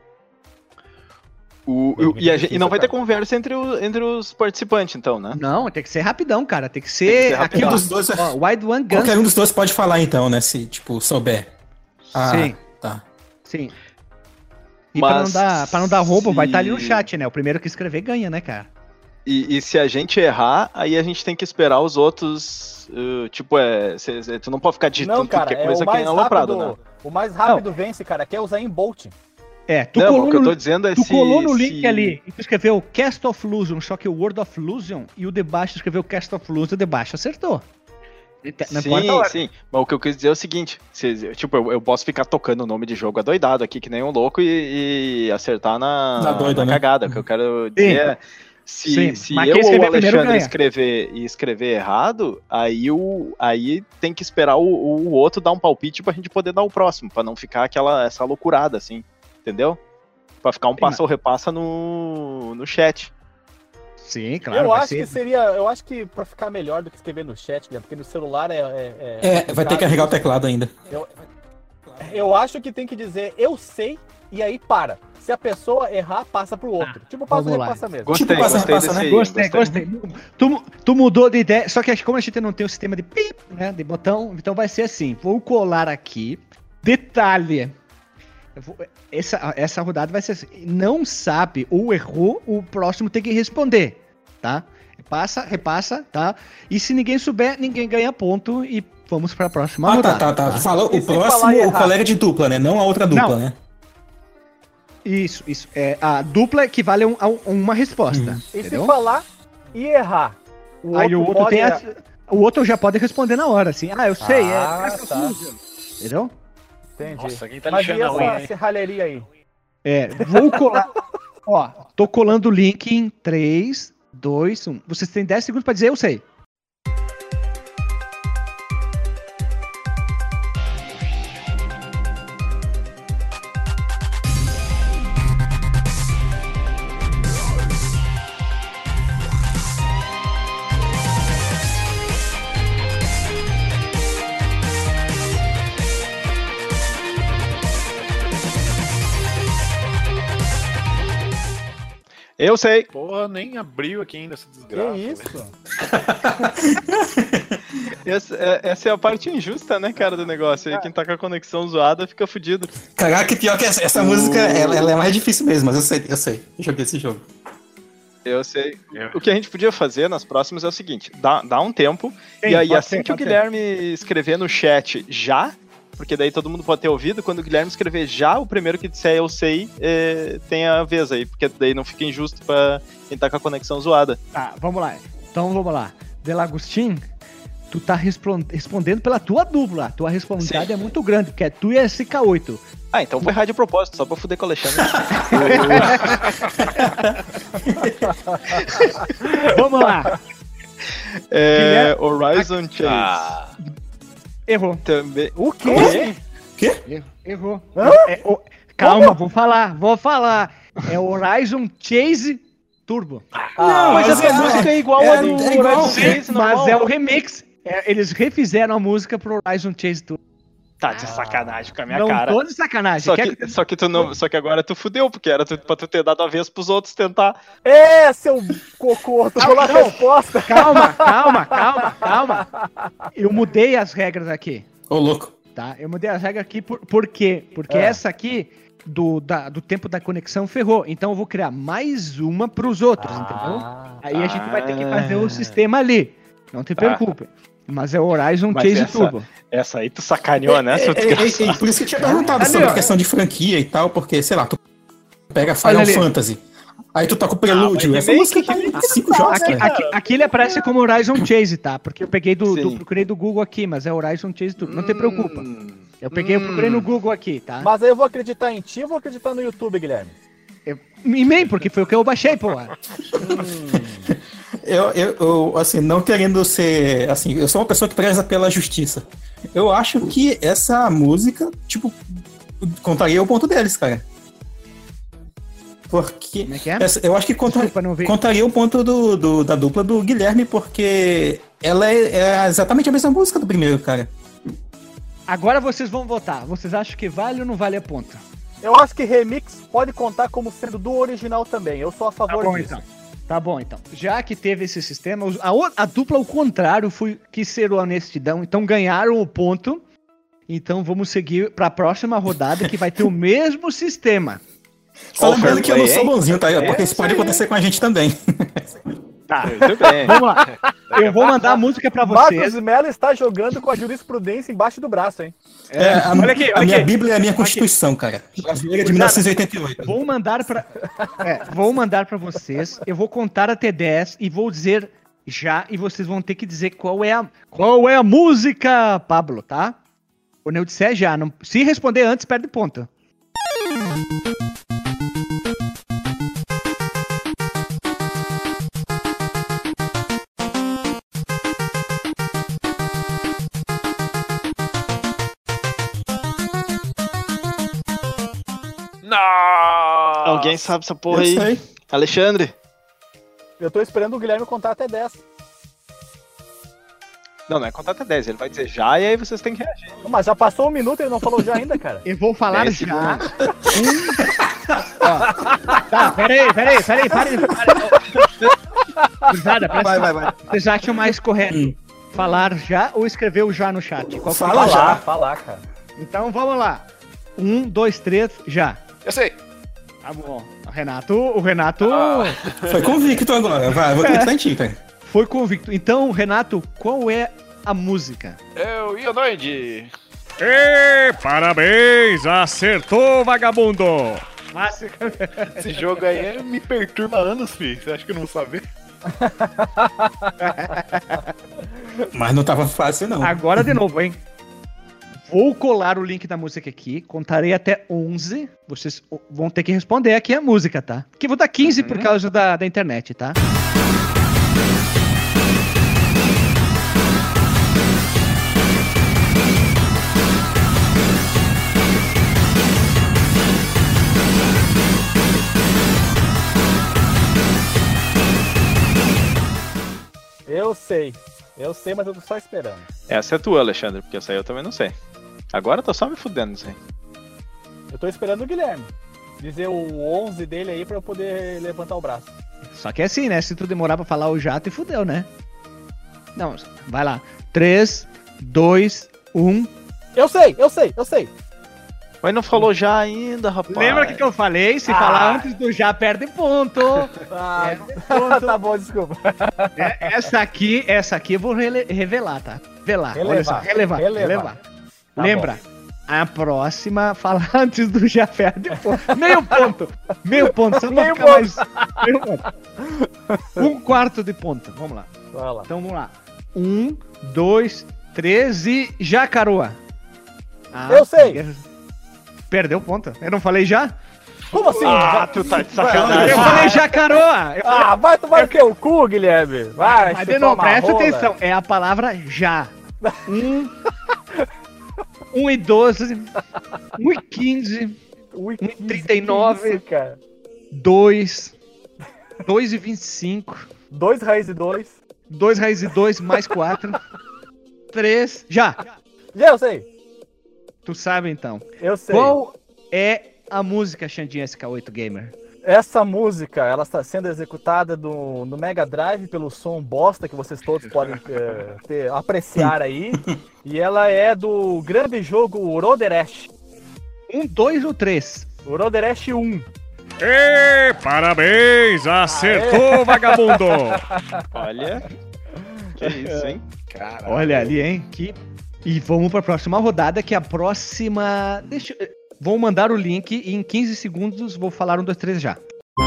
E não vai ter conversa entre os participantes, então, né? Não, tem que ser rapidão, cara. Tem que ser aqui, ó, dos dois, Wide One Guns. Qualquer um dos dois pode falar, então, né? Se, tipo, souber. Sim. Tá. Sim. E mas pra não dar roubo, vai estar ali no chat, né? O primeiro que escrever ganha, né, cara? E se a gente errar, aí a gente tem que esperar os outros. Tu não pode ficar digitando não, cara, qualquer coisa que é aloprado, né? O mais rápido vence, cara, que é usar em Bolt. O que eu tô dizendo é tu colou no link ali e tu escreveu Cast of Illusion, só que o Word of Illusion e o de baixo escreveu Cast of Illusion, o de baixo acertou. Sim. Mas o que eu quis dizer é o seguinte, eu posso ficar tocando o nome de jogo adoidado aqui, que nem um louco, e acertar na cagada. O que eu quero dizer é, se eu ou o Alexandre escrever errado, aí tem que esperar o outro dar um palpite pra gente poder dar o próximo, pra não ficar essa loucurada, assim, entendeu? Pra ficar um passa ou repassa no chat. Sim, claro. Eu acho que pra ficar melhor do que escrever no chat, né? Porque no celular vai ter que carregar o teclado ainda. Eu acho que tem que dizer eu sei e aí para. Se a pessoa errar, passa pro outro. Tipo, passa e repassa mesmo. Gostei. Tu mudou de ideia, só que como a gente não tem o sistema de pip, né, de botão, então vai ser assim, vou colar aqui, detalhe, essa rodada vai ser assim, não sabe ou errou, o próximo tem que responder, tá? Repassa, tá? E se ninguém souber, ninguém ganha ponto e vamos pra próxima rodada. Tá. Falou o próximo, o colega de dupla, né? Não a outra dupla, né? Isso. A dupla equivale a uma resposta. E se falar e errar? O outro já pode responder na hora, assim. Eu sei, tá. Entendeu? Entendi. Nossa, quem tá Mas lixando e essa serralheria aí? Vou colar. Ó, tô colando o link em 3, 2, 1. Vocês têm 10 segundos pra dizer eu sei. Eu sei. Porra, nem abriu aqui ainda essa desgraça. Que isso? Essa é a parte injusta, né, cara, do negócio. Aí quem tá com a conexão zoada fica fudido. Caraca, pior que essa música, ela é mais difícil mesmo, mas eu sei. Eu joguei esse jogo. Eu sei. O que a gente podia fazer nas próximas é o seguinte, dá um tempo, e aí assim que o Guilherme escrever no chat já, porque daí todo mundo pode ter ouvido, quando o Guilherme escrever já, o primeiro que disser eu sei, tem a vez aí, porque daí não fica injusto pra quem tá com a conexão zoada. Tá, vamos lá. Então vamos lá. Delagostin, tu tá respondendo pela tua dupla. A tua responsabilidade é muito grande, porque é tu e a SK8. Ah, então vou errar de propósito, só pra fuder com o Alexandre. Vamos lá. Horizon Chase. Errou. Também. O quê? Errou. Calma, vou falar. É Horizon Chase Turbo. Mas essa música é igual a do Horizon Chase, mas é o remix. Eles refizeram a música pro Horizon Chase Turbo. Tá de sacanagem com a minha Não cara. tô de sacanagem. Só que agora tu fudeu, porque era pra tu ter dado a vez pros outros tentar. Seu cocô, tu falou a resposta. Calma. Eu mudei as regras aqui. Ô, louco. Tá? Eu mudei as regras aqui por quê? Porque essa aqui, do tempo da conexão, ferrou. Então eu vou criar mais uma pros outros, entendeu? Aí a gente vai ter que fazer o sistema ali. Não te preocupe. Mas é o Horizon Chase Turbo. Essa aí tu sacaneou, né, seu desgraçado? Por isso que eu tinha perguntado sobre a questão de franquia e tal, porque, sei lá, tu pega Final Fantasy, aí tu toca o Prelúdio, essa música tá em 5 jogos, aqui ele aparece como Horizon Chase, tá? Porque eu peguei procurei do Google aqui, mas é Horizon Chase Turbo. Não te preocupa. Eu procurei no Google aqui, tá? Mas aí eu vou acreditar em ti ou vou acreditar no YouTube, Guilherme? E-mail, porque foi o que eu baixei, porra. Eu, assim, não querendo ser, assim, eu sou uma pessoa que preza pela justiça. Eu acho que essa música, tipo, contaria o ponto deles, cara. Porque... Como é que é? Eu acho que contaria o ponto da dupla do Guilherme, porque ela é exatamente a mesma música do primeiro, cara. Agora vocês vão votar. Vocês acham que vale ou não vale a ponta? Eu acho que remix pode contar como sendo do original também. Eu sou a favor disso. Tá bom, então. Já que teve esse sistema, a dupla ao contrário quis ser o honestidão, então ganharam o ponto. Então vamos seguir para a próxima rodada que vai ter o mesmo sistema. Só lembrando que eu não sou bonzinho, tá? Porque isso pode acontecer com a gente também. Tá, tudo bem. Vamos lá. Eu vou mandar a música pra vocês. Marcos Mello está jogando com a jurisprudência embaixo do braço, hein? Olha aqui, a minha Bíblia é a minha Constituição, cara. Brasileira de 1988. Vou mandar pra vocês. Eu vou contar até 10 e vou dizer já, e vocês vão ter que dizer qual é a música, Pablo, tá? Quando eu disser já, não, se responder antes, perde ponto. Alguém sabe essa porra aí? Sei. Alexandre? Eu tô esperando o Guilherme contar até 10. Não é contar até 10, ele vai dizer já e aí vocês têm que reagir. Mas já passou 1 minuto e ele não falou já ainda, cara. Eu vou falar já. Tá, peraí, pare. Cruzada, vai. Vocês acham mais correto falar já ou escrever o já no chat? Qual Falar, cara. Então vamos lá. 1, 2, 3, já. Eu sei. Tá bom. O Renato Foi convicto agora. Vai, vou acreditar em ti, cara. foi convicto. Então, Renato, qual é a música? É o Ionoide. Ê, parabéns! Acertou, vagabundo! Esse jogo aí me perturba anos, filho. Você acha que eu não vou saber? Mas não tava fácil, não. Agora de novo, hein? Vou colar o link da música aqui, contarei até 11. Vocês vão ter que responder aqui a música, tá? Que vou dar 15 por causa da internet, tá? Eu sei, mas eu tô só esperando. Essa é tua, Alexandre, porque essa aí eu também não sei. Agora eu tô só me fudendo isso aí. Eu tô esperando o Guilherme dizer o 11 dele aí pra eu poder levantar o braço. Só que é assim, né? Se tu demorar pra falar o jato, fudeu, né? Não, vai lá. 3, 2, 1. Eu sei! Mas não falou já ainda, rapaz. Lembra que eu falei? Se falar antes do já, perde ponto. Tá bom, desculpa. Essa aqui eu vou revelar, tá? Olha só, relevar. Tá Lembra? bom. A próxima, falar antes do já perde ponto. Meio ponto. Só Meio pra ficar mais... Meio ponto. 1/4 de ponto. Vamos lá. Vai lá. Então vamos lá. 1, 2, 3 e já, Caroa. Eu sei. Perdeu ponto. Eu não falei já? Como assim? Tu tá de sacanagem. Eu falei jacaroa. Vai tomar o teu cu, Guilherme. Vai, Mas de novo, presta atenção. É a palavra já. 1 e 12, 1 e 15, 1 e 39, 2 e 25. 2 raiz de 2. 2 raiz de 2 mais 4. 3. Já! Eu sei. Tu sabe então. Eu sei. Qual é a música, Xandinho SK8 Gamer? Essa música, ela está sendo executada no Mega Drive pelo som bosta que vocês todos podem apreciar aí. E ela é do grande jogo Roderesh. 1, 2 ou 3? Roderesh 1. Ê, parabéns! Acertou, vagabundo! Olha. Que isso, hein? Caralho. Olha ali, hein? E vamos para a próxima rodada, que é a próxima... Vou mandar o link e em 15 segundos vou falar 1, 2, 3 já.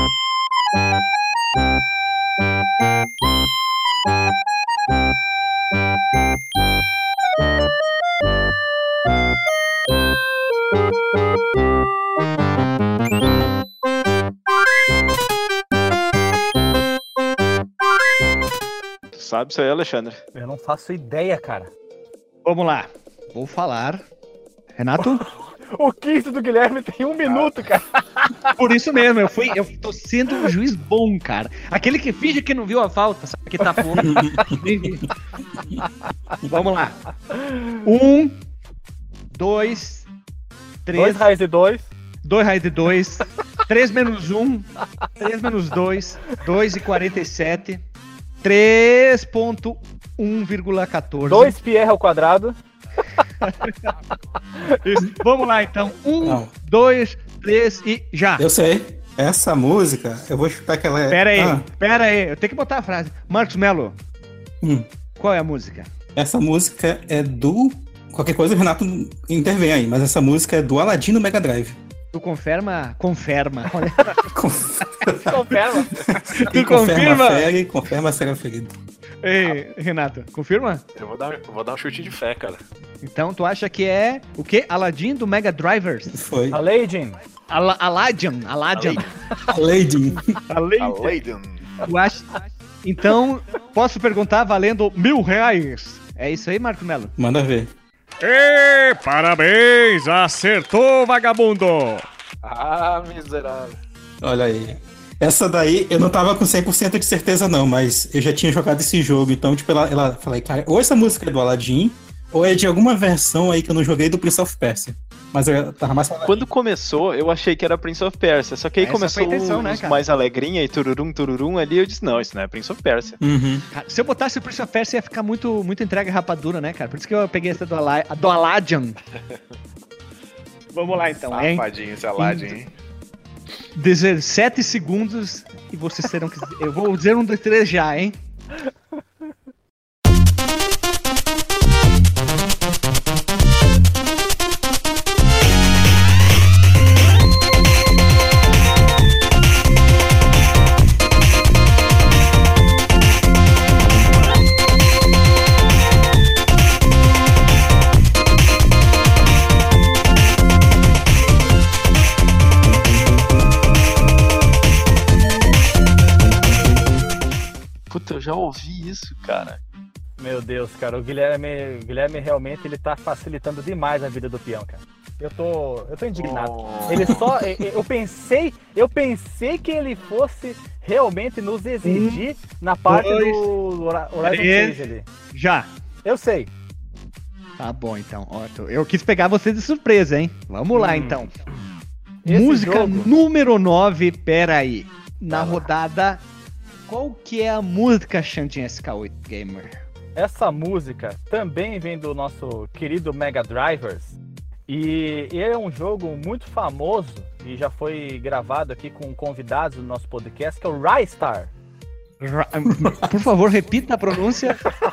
Tu sabe isso aí, Alexandre? Eu não faço ideia, cara. Vamos lá. Vou falar. Renato? O 15 do Guilherme tem 1 minuto, cara. Por isso mesmo, eu tô sendo um juiz bom, cara. Aquele que finge que não viu a falta, sabe que tá fora. Vamos lá. 1, 2, 3. 2 raiz de 2. 2 raiz de 2. 3 menos 1. 3 menos 2. 2 e 47. 3.1,14. 2 Pierre ao quadrado. Isso. Vamos lá então. 1, 2, 3 e já. Eu sei. Essa música, eu vou chutar que ela é. Pera aí. Eu tenho que botar a frase. Marcos Melo. Qual é a música? Essa música é do. Qualquer coisa o Renato intervém aí, mas essa música é do Aladdin no Mega Drive. Tu confirma? Confirma. Confirma. Tu confirma? Confirma a série ferida. Ei, Renato, confirma? Eu vou dar um chute de fé, cara. Então tu acha que é o quê? Aladdin do Mega Drivers? Foi. Aladdin. Aladdin. Aladdin. Tu acha? Então, posso perguntar valendo R$1.000? É isso aí, Marco Melo? Manda ver. Ê, parabéns! Acertou, vagabundo! Ah, miserável. Olha aí. Essa daí eu não tava com 100% de certeza não, mas eu já tinha jogado esse jogo, então tipo, ela falei, cara, ou essa música é do Aladdin, ou é de alguma versão aí que eu não joguei do Prince of Persia. Mas eu tava mais falando. Quando começou, eu achei que era Prince of Persia, só que aí começou os mais alegrinha e tururum ali, eu disse, não, isso não é Prince of Persia. Uhum. Cara, se eu botasse o Prince of Persia ia ficar muito entrega rapadura, né, cara? Por isso que eu peguei essa do Aladdin. Vamos lá então, hein? Safadinho esse Aladdin, hein? 17 segundos e vocês terão que... Eu vou dizer 1, 2, 3 já, hein? Puta, eu já ouvi isso, cara. Meu Deus, cara, o Guilherme realmente ele tá facilitando demais a vida do peão, cara. Eu tô indignado. Ele só, eu pensei que ele fosse realmente nos exigir na parte do Horizon Chase ali. Já. Eu sei. Tá bom, então. Ó, eu quis pegar você de surpresa, hein? Vamos lá, então. Esse Música jogo... número 9, pera aí. Na rodada, qual que é a música, Xandinho SK8 Gamer? Essa música também vem do nosso querido Mega Drivers. E é um jogo muito famoso e já foi gravado aqui com convidados do nosso podcast, que é o Rystar. Por favor, repita a pronúncia.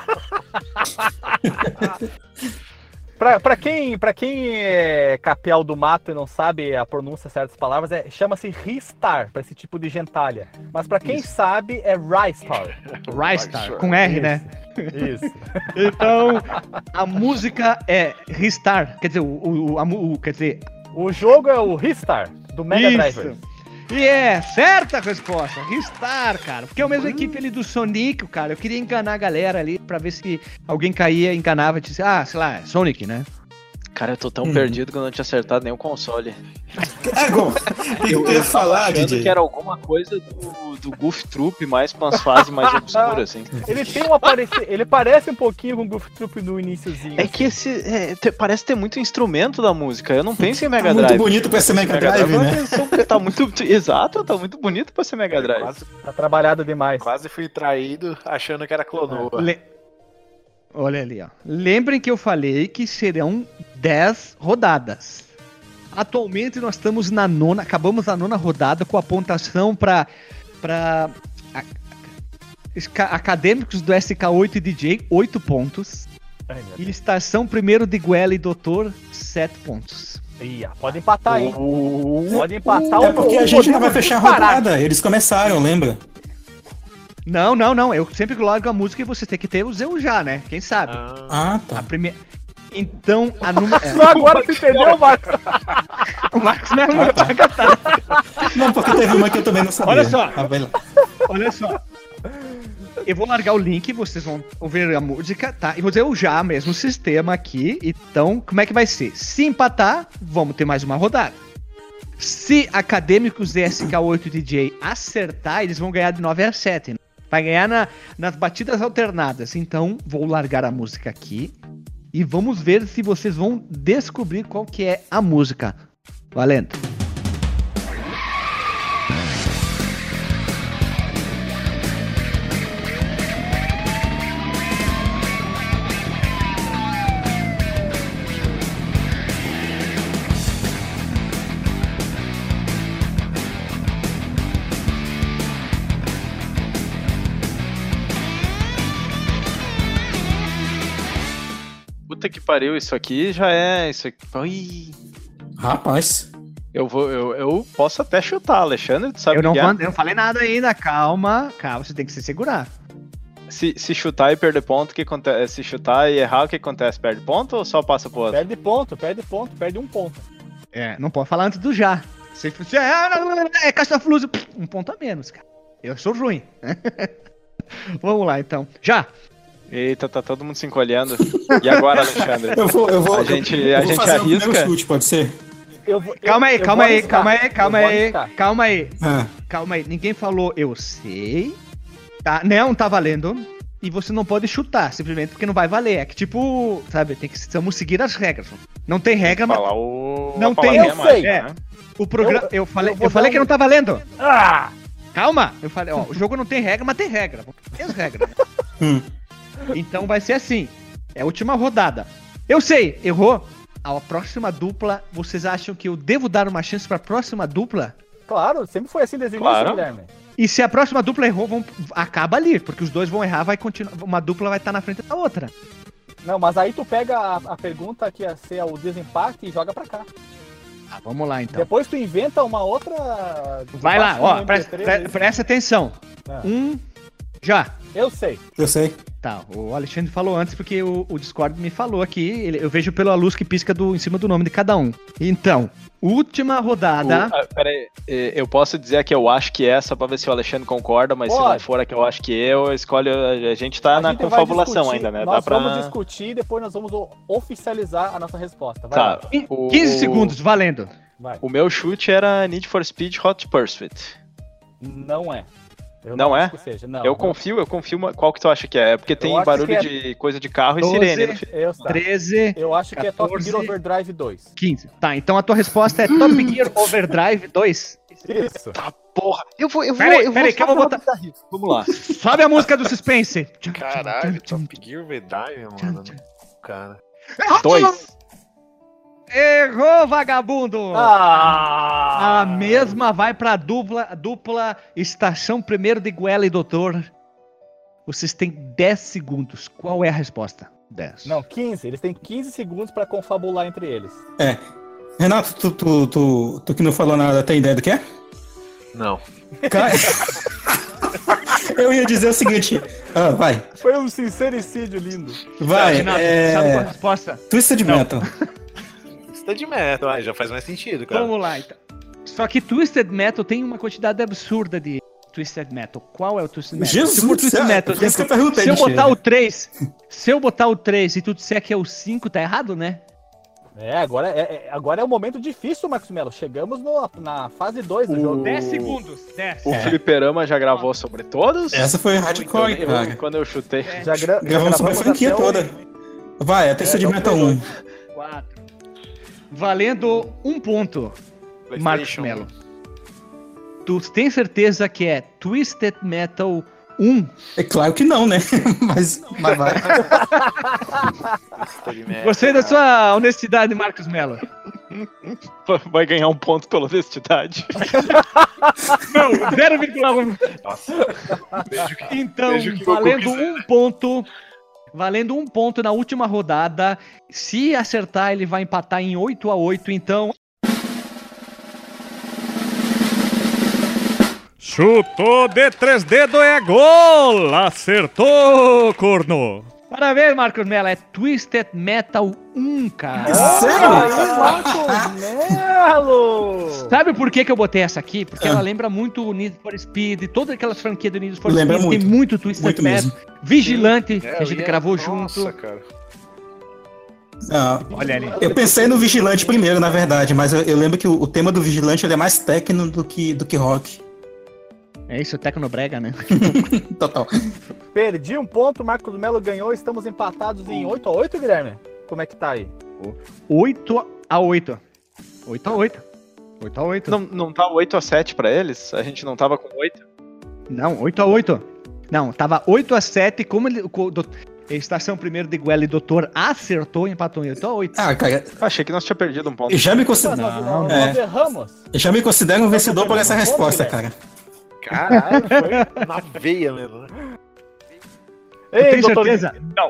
Pra quem é capial do mato e não sabe a pronúncia certas palavras, chama-se Ristar, pra esse tipo de gentalha. Mas pra quem sabe, é Rystar. Rystar, com R, Isso. né? Isso. Então, a música é Ristar, quer dizer, O jogo é o Ristar, do Mega Drive. E é certa a resposta, Ristar, cara. Porque é a mesma equipe ali do Sonic, cara. Eu queria enganar a galera ali pra ver se alguém caía, enganava e disse, sei lá, Sonic, né? Cara, eu tô tão perdido que eu não tinha acertado nenhum console. Eu ia falar, DJ. Que era alguma coisa do Goof Troop, mais com as fases mais obscuras, assim. Ele parece um pouquinho com o Goof Troop no iniciozinho. É que parece ter muito instrumento da música. Eu não penso em Mega Muito Drive. bonito pra ser Mega Drive, né? Tá muito... Exato, tá muito bonito pra ser Mega Drive. Tá trabalhado demais. Quase fui traído achando que era Clonoa. Olha ali, ó. Lembrem que eu falei que serão 10 rodadas. Atualmente nós estamos acabamos a 9ª rodada com a pontuação para acadêmicos do SK8 e DJ, 8 pontos. E estação primeiro de Guela e Doutor, 7 pontos. Pode empatar, hein? Pode empatar. É porque a gente não vai fechar a rodada. Eles começaram, lembra? Não. Eu sempre largo a música e você tem que ter o Zeu já, né? Quem sabe? Tá. A primeira... Então, a número... Só agora você entendeu, Marcos? O Marcos não é pra cantar. Não, porque teve uma que eu também não sabia. Olha só. Eu vou largar o link, vocês vão ouvir a música, tá? E vou dizer o já mesmo sistema aqui. Então, como é que vai ser? Se empatar, vamos ter mais uma rodada. Se Acadêmicos e SK8 DJ acertar, eles vão ganhar de 9-7. Né? Vai ganhar nas batidas alternadas. Então, vou largar a música aqui. E vamos ver se vocês vão descobrir qual que é a música. Valendo. Puta que pariu, isso aqui já é... Isso aqui... Ui. Rapaz. Eu posso até chutar, Alexandre, tu sabe eu não falei nada ainda, calma, você tem que se segurar. Se chutar e perder ponto, o que acontece? Se chutar e errar, o que acontece? Perde ponto ou só passa pro outro? Perde um ponto. Não pode falar antes do já. Se é Caça-Flúzio, 1 ponto a menos, cara. Eu sou ruim. Vamos lá, então. Já! Eita, tá todo mundo se encolhendo. E agora, Alexandre? Eu vou a gente fazer arrisca? Um chute, pode ser? Calma aí. Ninguém falou eu sei. Tá? Não tá valendo. E você não pode chutar, simplesmente porque não vai valer. É que tipo, sabe, vamos seguir as regras. Não tem regra, mas. Não tem. Eu sei. Né? O programa. Eu falei que não tá valendo. Calma! Eu falei, o jogo não tem regra, mas tem regra. Tem as regras. Então vai ser assim. É a última rodada. Eu sei, errou. A próxima dupla, vocês acham que eu devo dar uma chance pra próxima dupla? Claro, sempre foi assim desde o início, Guilherme. E se a próxima dupla errou, acaba ali, porque os dois vão errar, vai continuar, uma dupla vai estar na frente da outra. Não, mas aí tu pega a pergunta que ia ser o desempate e joga pra cá. Vamos lá então. Depois tu inventa uma outra... Vai lá, presta atenção. Já. Eu sei. Tá, o Alexandre falou antes porque o Discord me falou aqui, eu vejo pela luz que pisca em cima do nome de cada um. Então, última rodada... Peraí, eu posso dizer que eu acho que é essa pra ver se o Alexandre concorda, mas se não for a que eu acho que eu escolho, a gente tá na confabulação ainda, né? Nós vamos discutir e depois nós vamos oficializar a nossa resposta. Vai lá. 15 segundos, valendo. Vai. O meu chute era Need for Speed Hot Pursuit. Não é. Não é? Seja, não, eu confio. Qual que tu acha que é? É porque tem barulho de coisa de carro 12, e sirene. 13. Eu acho que 14, é Top Gear Overdrive 2. 15. Tá, então a tua resposta é Top Gear Overdrive 2? Isso. Tá, porra. Eu vou Peraí, que eu vou botar. Vamos lá. Sabe a música do suspense? Caralho, Top Gear Overdrive, mano. Cara. 2. Errou, vagabundo! A mesma vai pra dupla Estação Primeiro de Guela e Doutor. Vocês têm 10 segundos. Qual é a resposta? 10. Não, 15. Eles têm 15 segundos pra confabular entre eles. Renato, tu que não falou nada, tem ideia do que é? Não. Eu ia dizer o seguinte. Vai. Foi um sincericídio lindo. Vai. Renato, sabe qual é a resposta? Twisted Metal. Twisted Metal, já faz mais sentido, cara. Vamos lá, então. Só que Twisted Metal tem uma quantidade absurda de Twisted Metal. Qual é o Twisted Metal? Jesus, se for Twisted Metal, por isso que eu perguntei, se eu Michele. botar o 3, se eu botar o 3 e tu disser que é o 5, tá errado, né? Agora é um momento difícil, Marcos Melo. Chegamos na fase 2 do jogo. 10 segundos. 10. O Fliperama já gravou sobre todos? Essa foi hardcore, cara. Quando eu chutei. Gravamos sobre a franquia toda. Vai, a Twisted Metal 1. 4. Valendo 1 ponto, Marcos Melo. Tu tem certeza que é Twisted Metal 1? É claro que não, né? Mas vai. Gostei da sua honestidade, Marcos Melo. Vai ganhar 1 ponto pela honestidade. Não, 0,1. Nossa. Então, Beijo que valendo Goku quiser. 1 ponto. Valendo 1 ponto na última rodada. Se acertar, ele vai empatar em 8-8. Então, Chutou de 3 dedos, é gol! Acertou, corno! parabéns, Marcos Mello. É Twisted Metal 1, cara. Marcos Melo! Sabe por que eu botei essa aqui? Porque ela lembra muito o Need for Speed, toda aquela franquia do Need for Lembra Speed. muito. Tem muito Twisted Muito Metal. mesmo. Vigilante, que a gente gravou Nossa, junto. cara. Olha ali. Eu pensei no Vigilante primeiro, na verdade, mas eu lembro que o tema do Vigilante ele é mais técnico do que rock. É isso, Tecnobrega, né? Total. Perdi 1 ponto, Marcos Melo ganhou. Estamos empatados em 8-8, Guilherme? Como é que tá aí? 8-8. 8-8. 8-8. Não tá 8-7 pra eles? A gente não tava com 8? Não, 8-8. Não, tava 8-7. Como ele. Estação primeiro de Guela e Doutor acertou e empatou em 8-8. Ah, cara, Achei que nós tinha perdido 1 ponto. eu já me considero. Nós erramos. Eu já me considero um vencedor por essa resposta, cara. Caralho, foi na veia mesmo, né? Ei, Tem doutor... certeza? Não.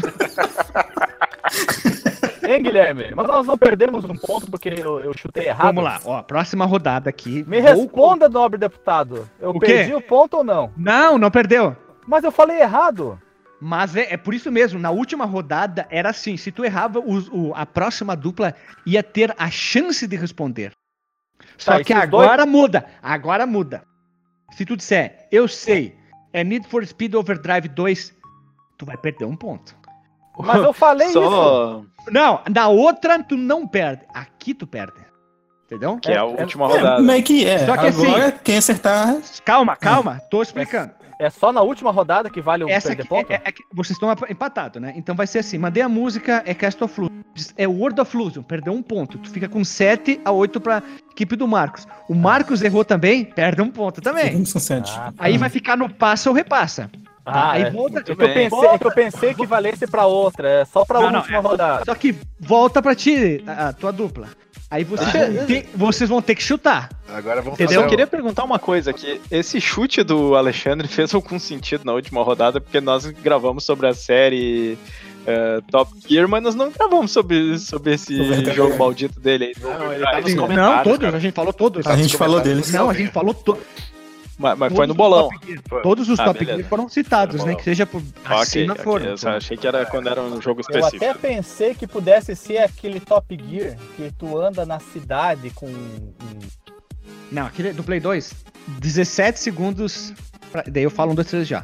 Hein, Guilherme? Mas nós não perdemos 1 ponto porque eu chutei errado. Vamos lá, ó. Próxima rodada aqui. Me responda, nobre deputado. Eu O quê? perdi o ponto ou não? Não perdeu. Mas eu falei errado. Mas é por isso mesmo, na última rodada era assim, se tu errava, a próxima dupla ia ter a chance de responder. Só Tá, que esses agora muda, Se tu disser, eu sei, é Need for Speed Overdrive 2, tu vai perder 1 ponto. Mas eu falei isso. Não, na outra tu não perde, aqui tu perde. Entendeu? Que é a última rodada. Meio que é. Só que Agora, assim- quem acertar. Calma, tô explicando. É só na última rodada que vale o Essa perder aqui, ponto? vocês estão empatados, né? Então vai ser assim, mandei a música, é Cast of Illusion, é World of Illusion, perdeu 1 ponto. Tu fica com 7-8 pra equipe do Marcos. O Marcos errou também, perde 1 ponto também. Vamos com 7. Aí vai ficar no passa ou repassa. Aí volta. É que eu pensei que valesse pra outra, é só pra última rodada. Só que volta pra ti, a tua dupla. Aí vocês vão ter que chutar. Agora vamos Entendeu? Eu queria perguntar uma coisa aqui. Esse chute do Alexandre fez algum sentido na última rodada, porque nós gravamos sobre a série Top Gear, mas nós não gravamos sobre esse jogo maldito dele aí. Não, ele tá nos Não, comentários. todos, cara. a gente falou todos. A gente falou deles. Não, a gente falou todos. Mas foi no bolão. Todos os Top beleza. Gear foram citados, Foi no né? bolão. Que seja por acima Ok, foram. eu só achei que era quando era um jogo Eu específico. até pensei que pudesse ser aquele Top Gear que tu anda na cidade com... Não, aquele do Play 2, 17 segundos. Daí eu falo 1, 2, 3 já.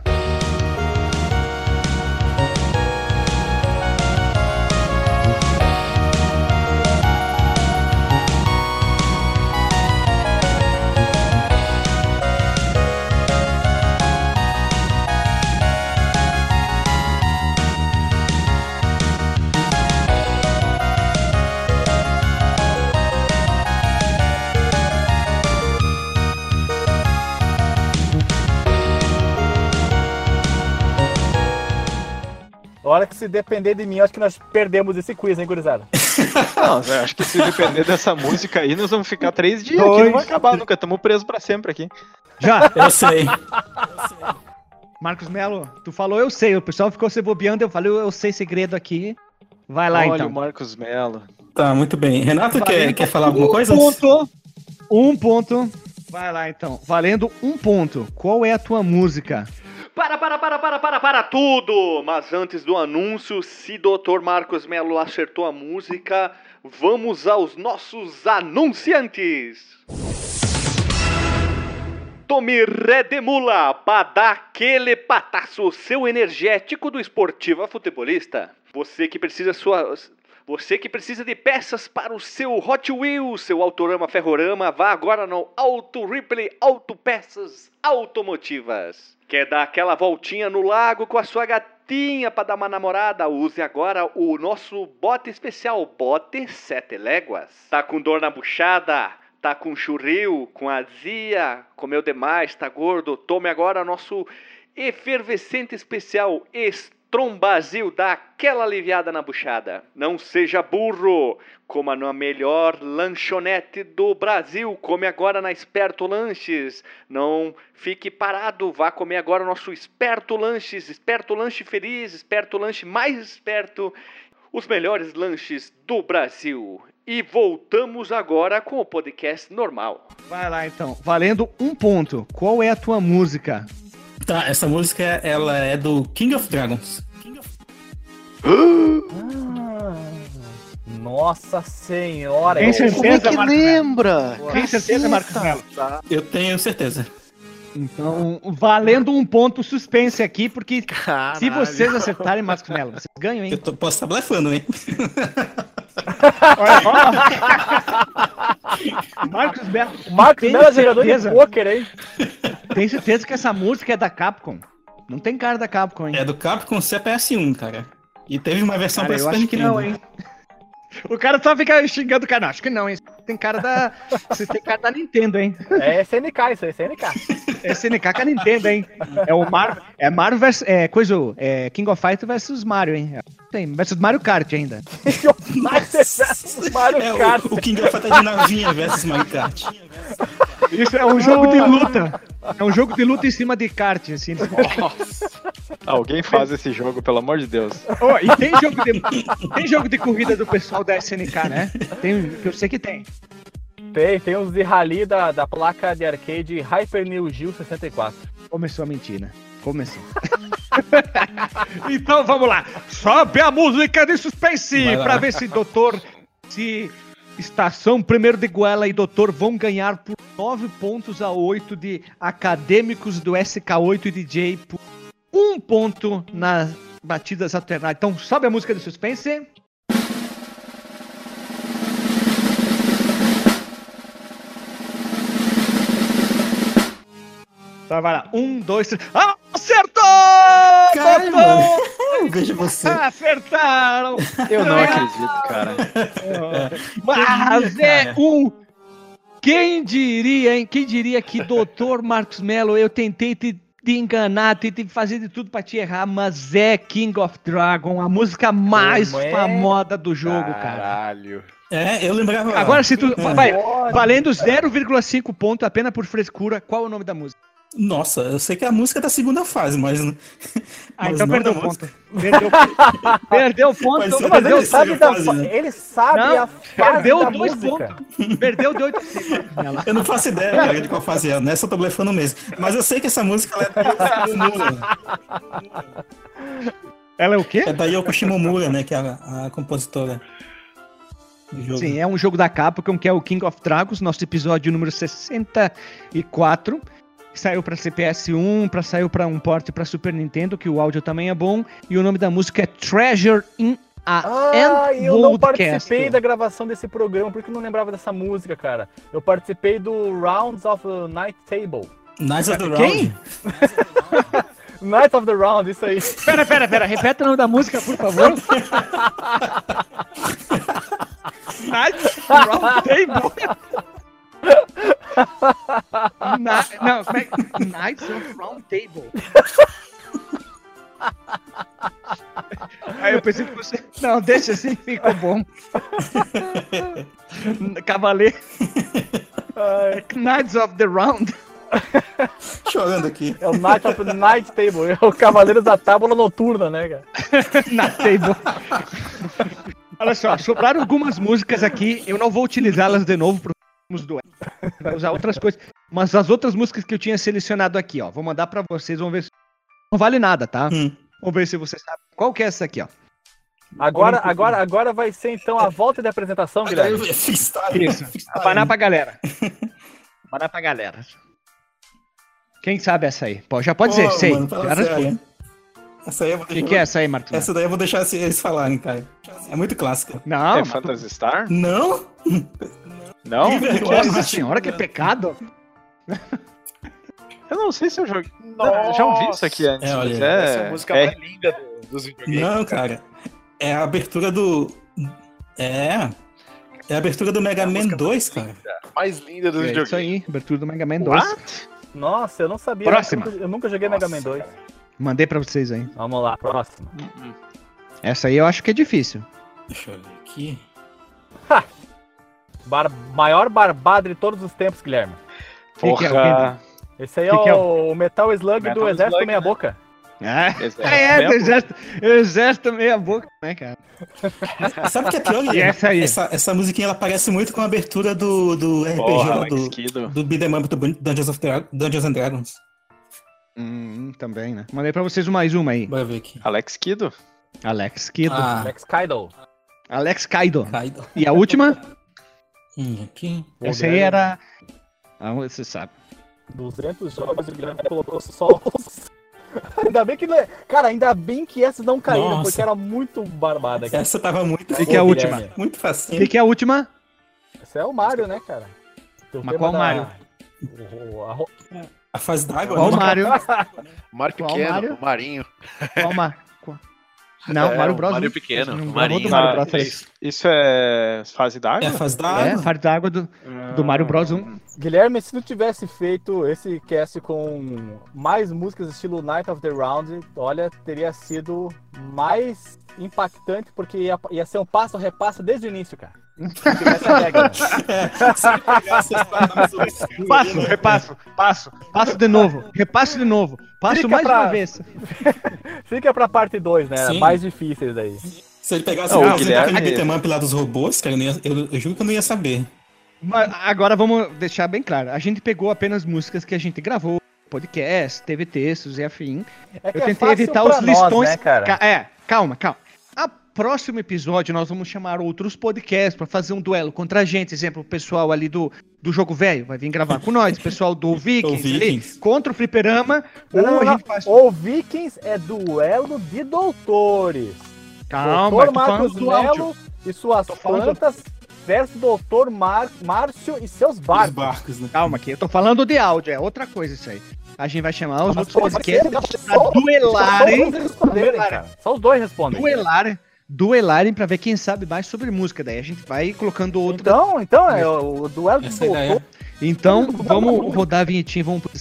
Hora que se depender de mim, eu acho que nós perdemos esse quiz, hein, gurizada? Não, eu acho que se depender dessa música aí, nós vamos ficar 3 dias Dois. aqui, não vai acabar nunca, estamos presos pra sempre aqui. Já! Eu sei. Marcos Melo, tu falou eu sei, o pessoal ficou se bobeando, eu falei eu sei segredo aqui. Vai lá Olha então. o Marcos Mello. Tá, muito bem. Renato, quer falar alguma coisa? 1 ponto. Vai lá então. Valendo 1 ponto. Qual é a tua música? Para tudo! Mas antes do anúncio, se Dr. Marcos Melo acertou a música, vamos aos nossos anunciantes. Tome Redemula para dar aquele pataço, seu energético do Esportiva Futebolista. Você que precisa de peças para o seu Hot Wheels, seu Autorama Ferrorama, vá agora no Auto Ripley Autopeças Automotivas. Quer dar aquela voltinha no lago com a sua gatinha para dar uma namorada? Use agora o nosso bote especial, Bote 7 Léguas. Tá com dor na buchada? Tá com churril, com azia, comeu demais, tá gordo? Tome agora nosso efervescente especial Estrombazil, dá aquela aliviada na buchada. Não seja burro, coma na melhor lanchonete do Brasil. Come agora na Esperto Lanches. Não fique parado, vá comer agora nosso Esperto Lanches. Esperto Lanche Feliz, Esperto Lanche mais esperto. Os melhores lanches do Brasil. E voltamos agora com o podcast normal. Vai lá então, valendo um ponto. Qual é a tua música? Tá, essa música ela é do King of Dragons. Nossa senhora. Tem certeza, Como é que Marcos lembra? Tem certeza, Marcos Melo? Eu tenho certeza. Então, valendo um ponto suspense aqui, porque Caralho. se vocês acertarem, Marcos Melo, vocês ganham, hein? Posso estar blefando, hein? Marcos Melo. Marcos Melo é jogador de pôquer, hein? Tem certeza que essa música é da Capcom? Não tem cara da Capcom, hein? É do Capcom CPS1, cara. E teve uma versão Cara, pra eu Super acho que Nintendo. não, hein? O cara só fica xingando o cara. Não, acho que não, hein? Tem cara da. Você tem cara da Nintendo, hein? É SNK isso aí, SNK. É SNK com a Nintendo, hein? É o Mario. É Mario versus. É coisa. É King of Fighters versus Mario, hein? Tem. Versus Mario Kart ainda. Mario É, Kart. o King of Fighters de navinha versus Mario Kart. Isso é um jogo de luta. É um jogo de luta em cima de kart, assim. Alguém faz esse jogo, pelo amor de Deus. Oh, e tem jogo de corrida do pessoal da SNK, né? Tem, que eu sei que tem. Tem uns de rally da placa de arcade Hyper Neo Geo 64. Começou a mentira. Começou. Então vamos lá. Sobe a música de suspense pra ver se se Estação 1º de Goela e Doutor vão ganhar por 9-8 de acadêmicos do SK8 e DJ por 1 ponto nas batidas alternadas. Então sobe a música de suspense. Tá, vai lá. 1, 2, 3. Ah, acertou! Caramba! Veja você. Acertaram! Eu não acredito, cara. Mas é um... Quem diria, hein? Quem diria que Dr. Marcos Melo, eu tentei te enganar, tentei fazer de tudo pra te errar, mas é King of Dragon, a música mais famosa do jogo, cara. Caralho. É, eu lembrava. Agora, se tu... Vai, valendo 0,5 ponto apenas por frescura, qual é o nome da música? Nossa, eu sei que é a música da segunda fase, mas. Então perdeu o ponto. Perdeu o ponto. Mas Ele sabe, fase, ele sabe a fase perdeu da 2 música. pontos. Perdeu de 8 Eu não faço ideia, cara, de qual fase é. Nessa eu tô blefando mesmo. Mas eu sei que essa música ela é da Yoko Shimomura. Ela é o quê? É da Yoko Shimomura, né? Que é a compositora do jogo. Sim, é um jogo da Capcom, que é o King of Dragons, nosso episódio número 64. Saiu pra CPS1, saiu pra um port pra Super Nintendo, que o áudio também é bom. E o nome da música é Treasure in a eu não participei da gravação desse programa, porque eu não lembrava dessa música, cara. Eu participei do Rounds of the Night Table. Knights of the Round. Quem? Night of the Round, isso aí. Pera, repete o nome da música, por favor. Knights of the Round Table. Não, como é que... Knights of Round Table. Aí eu pensei que você... Não, deixa assim, ficou bom. Cavaleiro. Knights of the Round. Chorando aqui. É o Night of the Night Table, é o Cavaleiro da Tábula Noturna, né, cara? Na table. Olha só, sobraram algumas músicas aqui, eu não vou utilizá-las de novo para os duelos. Vai usar outras coisas. Mas as outras músicas que eu tinha selecionado aqui, ó, vou mandar para vocês, vamos ver se... Não vale nada, tá? Vamos ver se você sabe. Qual que é essa aqui, ó? Agora vai ser então a volta de apresentação, Guilherme. Isso. Abanar pra galera. Abanar pra galera. Quem sabe essa aí? Já pode dizer, sei. Mano, essa aí eu vou deixar... que é essa aí, Marcos? Essa daí eu vou deixar eles falarem, cara. É muito clássica. Não. É Phantasy Star? Não? Não? Nossa senhora, que pecado. Eu não sei se eu joguei. Eu já ouvi isso aqui antes. Olha, Essa é a música mais linda dos videogames. Não, cara. É a abertura do... É a abertura do Mega Man 2, cara. Mais linda dos videogames. Isso aí, abertura do Mega Man 2. Nossa, eu não sabia. Próxima. Eu nunca joguei Mega Man 2. Mandei pra vocês aí. Vamos lá, próxima. Essa aí eu acho que é difícil. Deixa eu ver aqui. Maior barbada de todos os tempos, Guilherme. Porra. Esse aí é o Metal Slug do Exército Meia Boca. Exército Meia Boca, né, cara? Sabe o que é pior, Guilherme? Essa musiquinha ela parece muito com a abertura do RPG do Beat'em Up do Dungeons and Dragons. Também, né? Mandei pra vocês mais uma aí. Bora ver aqui. Alex Kidd. Alex Kidd. Alex Kaido. E a última? Aqui. Essa aí era... você sabe. 200 jogos e o Guilherme colocou só os... Ainda bem que não é... Cara, ainda bem que essas não caíram, Nossa. porque era muito barbada aqui. Essa tava muito... O que é a última? Muito facinho. O que é a última? Esse é o Mario, né, cara? Mas qual Mario? A fase d'água? Qual né? Mario? Mario Qual pequeno, Mario? o Marinho. Qual Mario? Não, Mario Bros. Mario pequeno, Não o Marinho. do Mario Bros. Isso é fase d'água? É a fase d'água. Fase d'água do Mario Bros. 1. Guilherme, se não tivesse feito esse cast com mais músicas estilo Night of the Round, olha, teria sido mais impactante, porque ia ser um passo repasso desde o início, cara. Se tivesse a regra. Passo de novo, repasso de novo, passo mais uma vez. Fica pra parte 2, né? Sim. Mais difíceis daí. Se ele pegasse o aquele beat'em up lá dos robôs, cara, eu juro que eu não ia saber. Mas agora vamos deixar bem claro, a gente pegou apenas músicas que a gente gravou, podcast, teve textos e afim. É que eu é tentei fácil evitar pra os listões. nós, né, cara? Calma. A próximo episódio nós vamos chamar outros podcasts pra fazer um duelo contra a gente. Exemplo, o pessoal ali do Jogo Velho vai vir gravar com nós, o pessoal do Vikings, ali, contra o Fliperama. Não, a gente faz... O Vikings é duelo de doutores. Calma, Doutor Marcos Melo e suas plantas versus Doutor Márcio e seus barcos. Os barcos, né? Calma aqui, eu tô falando de áudio, é outra coisa isso aí. A gente vai chamar os outros podcasts pra Só os dois respondem. Duelarem pra ver quem sabe mais sobre música. Daí a gente vai colocando outro. Então é o duelo de Essa ideia. doutor. Então, vamos rodar a vinhetinha e vamos...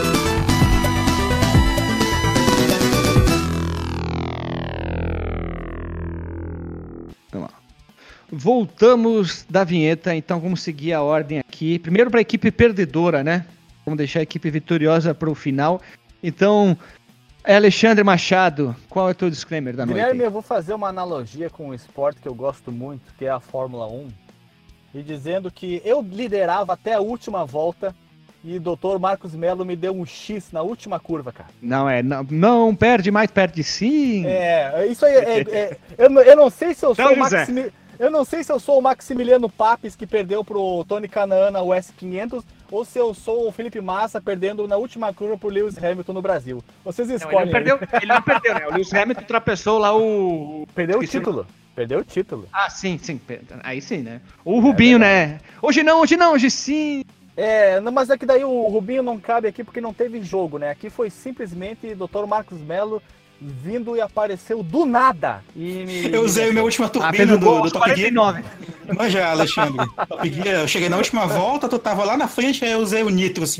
Vamos lá. Voltamos da vinheta, então vamos seguir a ordem aqui. Primeiro para a equipe perdedora, né? Vamos deixar a equipe vitoriosa para o final. Então, Alexandre Machado, qual é o teu disclaimer da noite? Guilherme, eu vou fazer uma analogia com um esporte que eu gosto muito, que é a Fórmula 1. E dizendo que eu liderava até a última volta e o Dr. Marcos Melo me deu um X na última curva, cara. Não perde mais, perde sim. Isso aí eu não sei se eu sou eu não sei se eu sou o Maximiliano Papes que perdeu pro Tony Canaan o S500 ou se eu sou o Felipe Massa perdendo na última curva pro Lewis Hamilton no Brasil. Vocês escolhem. Ele não perdeu, né? O Lewis Hamilton tropeçou lá Perdeu o título. Perdeu o título. Ah, sim. Aí sim, né? O Rubinho, né? Hoje não, hoje sim. Mas é que daí o Rubinho não cabe aqui porque não teve jogo, né? Aqui foi simplesmente Dr. Marcos Melo vindo e apareceu do nada. Eu usei a minha última turbina do Top Gear. Mas já, Alexandre. Top Gear, eu cheguei na última volta, tu tava lá na frente, aí eu usei o nitro, assim.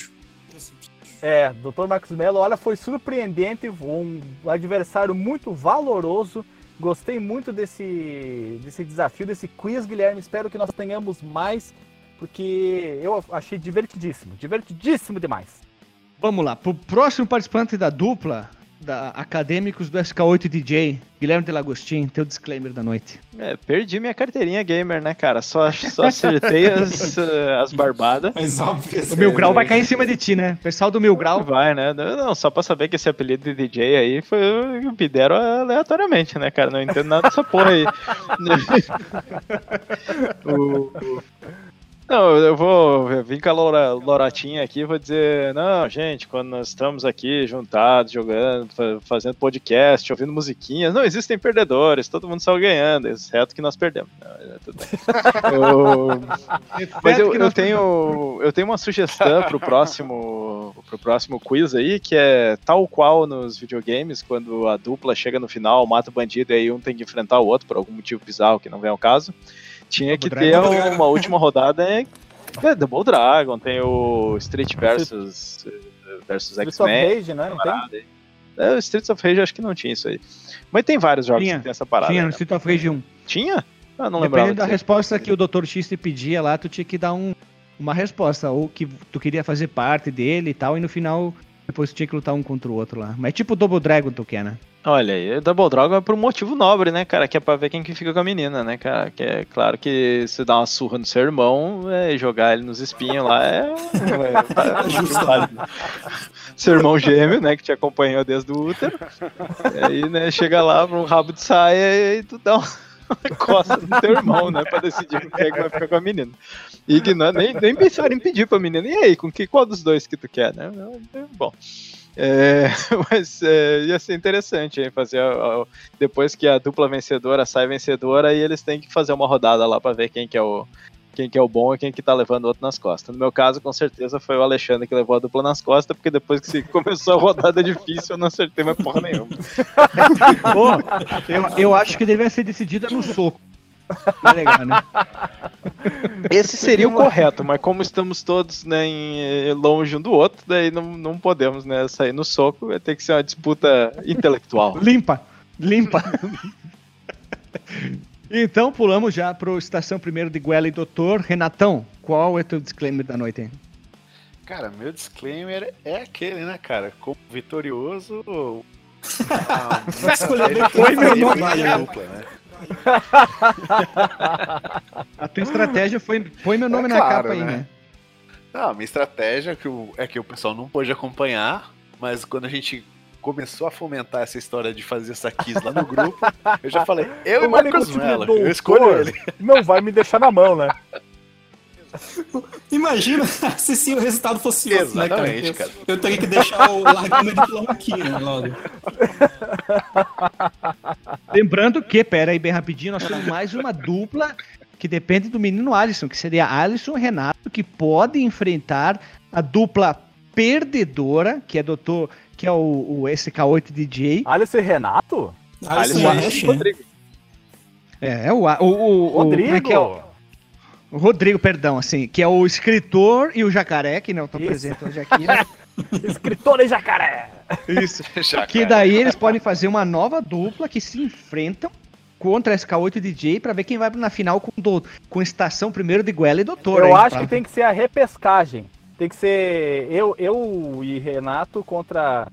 Dr. Marcos Melo, olha, foi surpreendente, um adversário muito valoroso. Gostei muito desse desafio, desse quiz, Guilherme. Espero que nós tenhamos mais, porque eu achei divertidíssimo demais. Vamos lá, pro próximo participante da dupla, acadêmicos do SK8 DJ, Guilherme Delagostin, teu disclaimer da noite. Perdi minha carteirinha gamer, né, cara? Só acertei as barbadas. Mas óbvio. O Mil Grau vai cair em cima de ti, né? O pessoal do Mil Grau. Vai, né? Não, só pra saber que esse apelido de DJ aí me deram aleatoriamente, né, cara? Não entendo nada dessa porra aí. Não, eu vou vir com a Loratinha aqui e vou dizer, não, gente, quando nós estamos aqui juntados, jogando, fazendo podcast, ouvindo musiquinhas, não existem perdedores, todo mundo saiu ganhando, exceto que nós perdemos. Mas eu tenho uma sugestão pro próximo quiz aí, que é tal qual nos videogames, quando a dupla chega no final, mata o bandido e aí um tem que enfrentar o outro por algum motivo bizarro que não vem ao caso. Tinha que ter uma última rodada Double Dragon, tem o Street versus X-Men. Streets of Rage, né? O Streets of Rage acho que não tinha isso aí. Mas tem vários jogos que tem essa parada. Tinha, no Streets of Rage 1. Tinha? Ah, não lembrava. Dependendo da resposta que o Dr. X te pedia lá, tu tinha que dar uma resposta, ou que tu queria fazer parte dele e tal, e no final, depois tu tinha que lutar um contra o outro lá. Mas tipo Double Dragon tu quer, né? Olha aí, Double Dragon é por um motivo nobre, né, cara? Que é pra ver quem que fica com a menina, né, cara? Que é claro que se dá uma surra no seu irmão, jogar ele nos espinhos lá é seu irmão gêmeo, né, que te acompanhou desde o útero. E aí, né, chega lá pra um rabo de saia e tu dá uma costa no teu irmão, né, pra decidir quem é que vai ficar com a menina. E que não, nem pensaram em pedir pra menina. E aí, qual dos dois que tu quer, né? Bom... mas ia ser interessante, hein, fazer depois que a dupla vencedora sai vencedora, e eles têm que fazer uma rodada lá pra ver quem que é o bom e quem que tá levando o outro nas costas. No meu caso, com certeza foi o Alexandre que levou a dupla nas costas, porque depois que começou a rodada difícil, eu não acertei mais porra nenhuma. Eu acho que deveria ser decidida no soco. Não é legal, né? Esse seria o correto, mas como estamos todos, né, longe um do outro, daí não podemos, né, sair no soco, vai ter que ser uma disputa intelectual. Limpa. Então pulamos já pro Estação Primeiro de Guela e Doutor. Renatão, qual é teu disclaimer da noite, hein? Cara, meu disclaimer é aquele, né, cara? Como vitorioso... Vai escolher foi meu nome dupla, né? A tua estratégia foi põe meu nome na capa aí, né? Não, a minha estratégia é que o pessoal não pôde acompanhar, mas quando a gente começou a fomentar essa história de fazer essa quiz lá no grupo, eu já falei, eu e Marcos Mello, eu escolho ele. Não vai me deixar na mão, né? Imagina se o resultado fosse esse, né, cara? Eu teria que deixar o largamento de plão aqui, né, logo. Lembrando que, pera aí bem rapidinho, nós temos mais uma dupla que depende do menino Alisson, que seria Alisson e Renato, que pode enfrentar a dupla perdedora, que é o SK8 DJ. Alisson e Renato? Alisson e Rodrigo. Rodrigo. O Rodrigo, perdão, assim, que é o escritor e o jacaré, que não estão presentes hoje aqui, né? Escritor e jacaré! Isso. Que daí eles podem fazer uma nova dupla que se enfrentam contra a SK8 DJ pra ver quem vai na final com Estação Primeiro de Guela e Doutor. Eu acho que tem que ser a repescagem. Tem que ser eu e Renato contra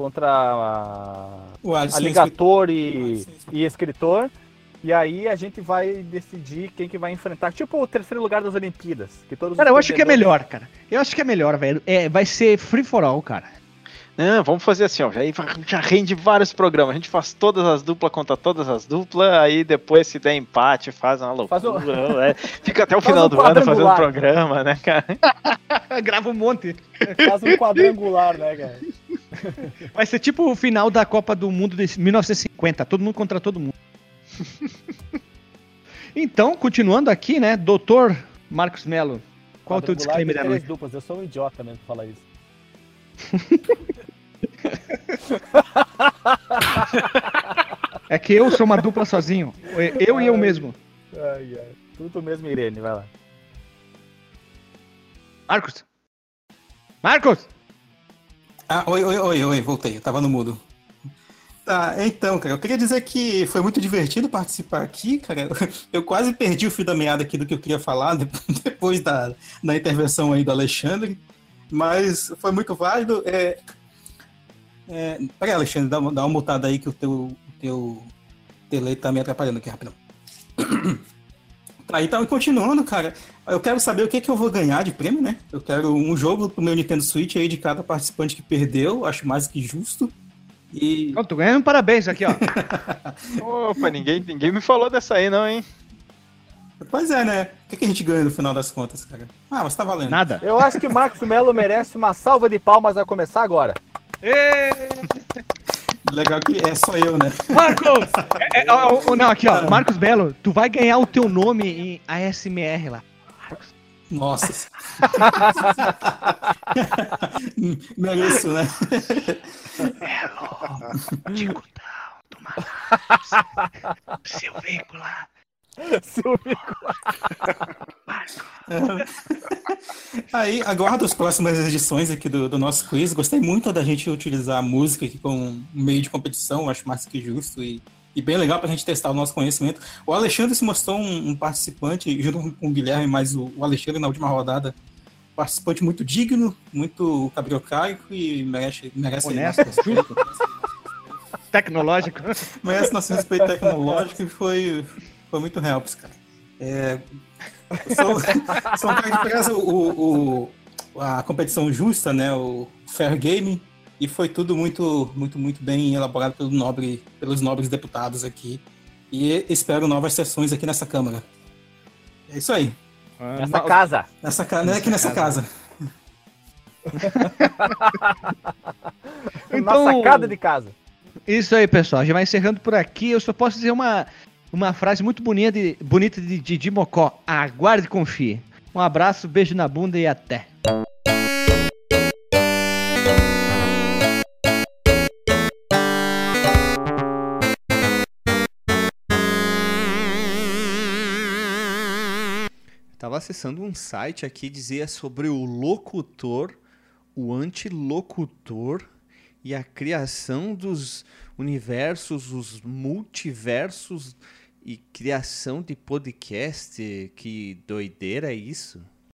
Aligator e escritor. E aí a gente vai decidir quem que vai enfrentar. Tipo o terceiro lugar das Olimpíadas. Que todos cara, eu acho que é melhor, cara. Eu acho que é melhor, velho. Vai ser free for all, cara. Não, vamos fazer assim, ó. Já rende vários programas. A gente faz todas as duplas contra todas as duplas. Aí depois, se der empate, faz uma loucura. Fica até o final do ano fazendo programa, né, cara? Grava um monte. Faz um quadrangular, né, cara? Vai ser tipo o final da Copa do Mundo de 1950. Todo mundo contra todo mundo. Então, continuando aqui, né, Doutor Marcos Mello, qual é o teu disclaimer da noite? Duplas, eu sou um idiota mesmo pra falar isso. É que eu sou uma dupla sozinho, eu e eu mesmo. Ai. Tudo mesmo, Irene, vai lá. Marcos! Oi, voltei, eu tava no mudo. Tá, então, cara, eu queria dizer que foi muito divertido participar aqui, cara. Eu quase perdi o fio da meada aqui do que eu queria falar depois da intervenção aí do Alexandre, mas foi muito válido. Peraí, Alexandre, dá uma mutada aí que o teu delay tá me atrapalhando aqui, rapidão. Aí tá continuando, cara. Eu quero saber o que eu vou ganhar de prêmio, né? Eu quero um jogo pro meu Nintendo Switch aí de cada participante que perdeu. Acho mais que justo. E... Tô ganhando parabéns aqui, ó. Opa, ninguém me falou dessa aí, não, hein? Pois é, né? O que a gente ganha no final das contas, cara? Mas tá valendo. Nada. Eu acho que o Marcos Melo merece uma salva de palmas a começar agora. Legal que é só eu, né? Marcos! Não, aqui, ó. Marcos Melo, tu vai ganhar o teu nome em ASMR lá. Nossa. Mereço, né? Melo, Tico do Silvícola. Aí, aguardo as próximas edições aqui do nosso quiz. Gostei muito da gente utilizar a música aqui como um meio de competição. Acho mais que justo e bem legal pra gente testar o nosso conhecimento. O Alexandre se mostrou um participante, junto com o Guilherme, mas o Alexandre na última rodada, participante muito digno, muito cabriocaico e merece honesto, justo. Tecnológico. Merece nosso respeito tecnológico e foi muito helps, cara. São cara que preza a competição justa, né? O fair game, e foi tudo muito bem elaborado pelos nobres deputados aqui. E espero novas sessões aqui nessa Câmara. É isso aí. Nessa casa. Não é aqui nessa casa. Então, na sacada de casa. Isso aí, pessoal. Já vai encerrando por aqui. Eu só posso dizer uma frase muito bonita de Didi Mocó. Aguarde e confie. Um abraço, beijo na bunda e até. Tava acessando um site aqui, dizia sobre o locutor, o antilocutor e a criação dos universos, os multiversos e criação de podcast. Que doideira é isso?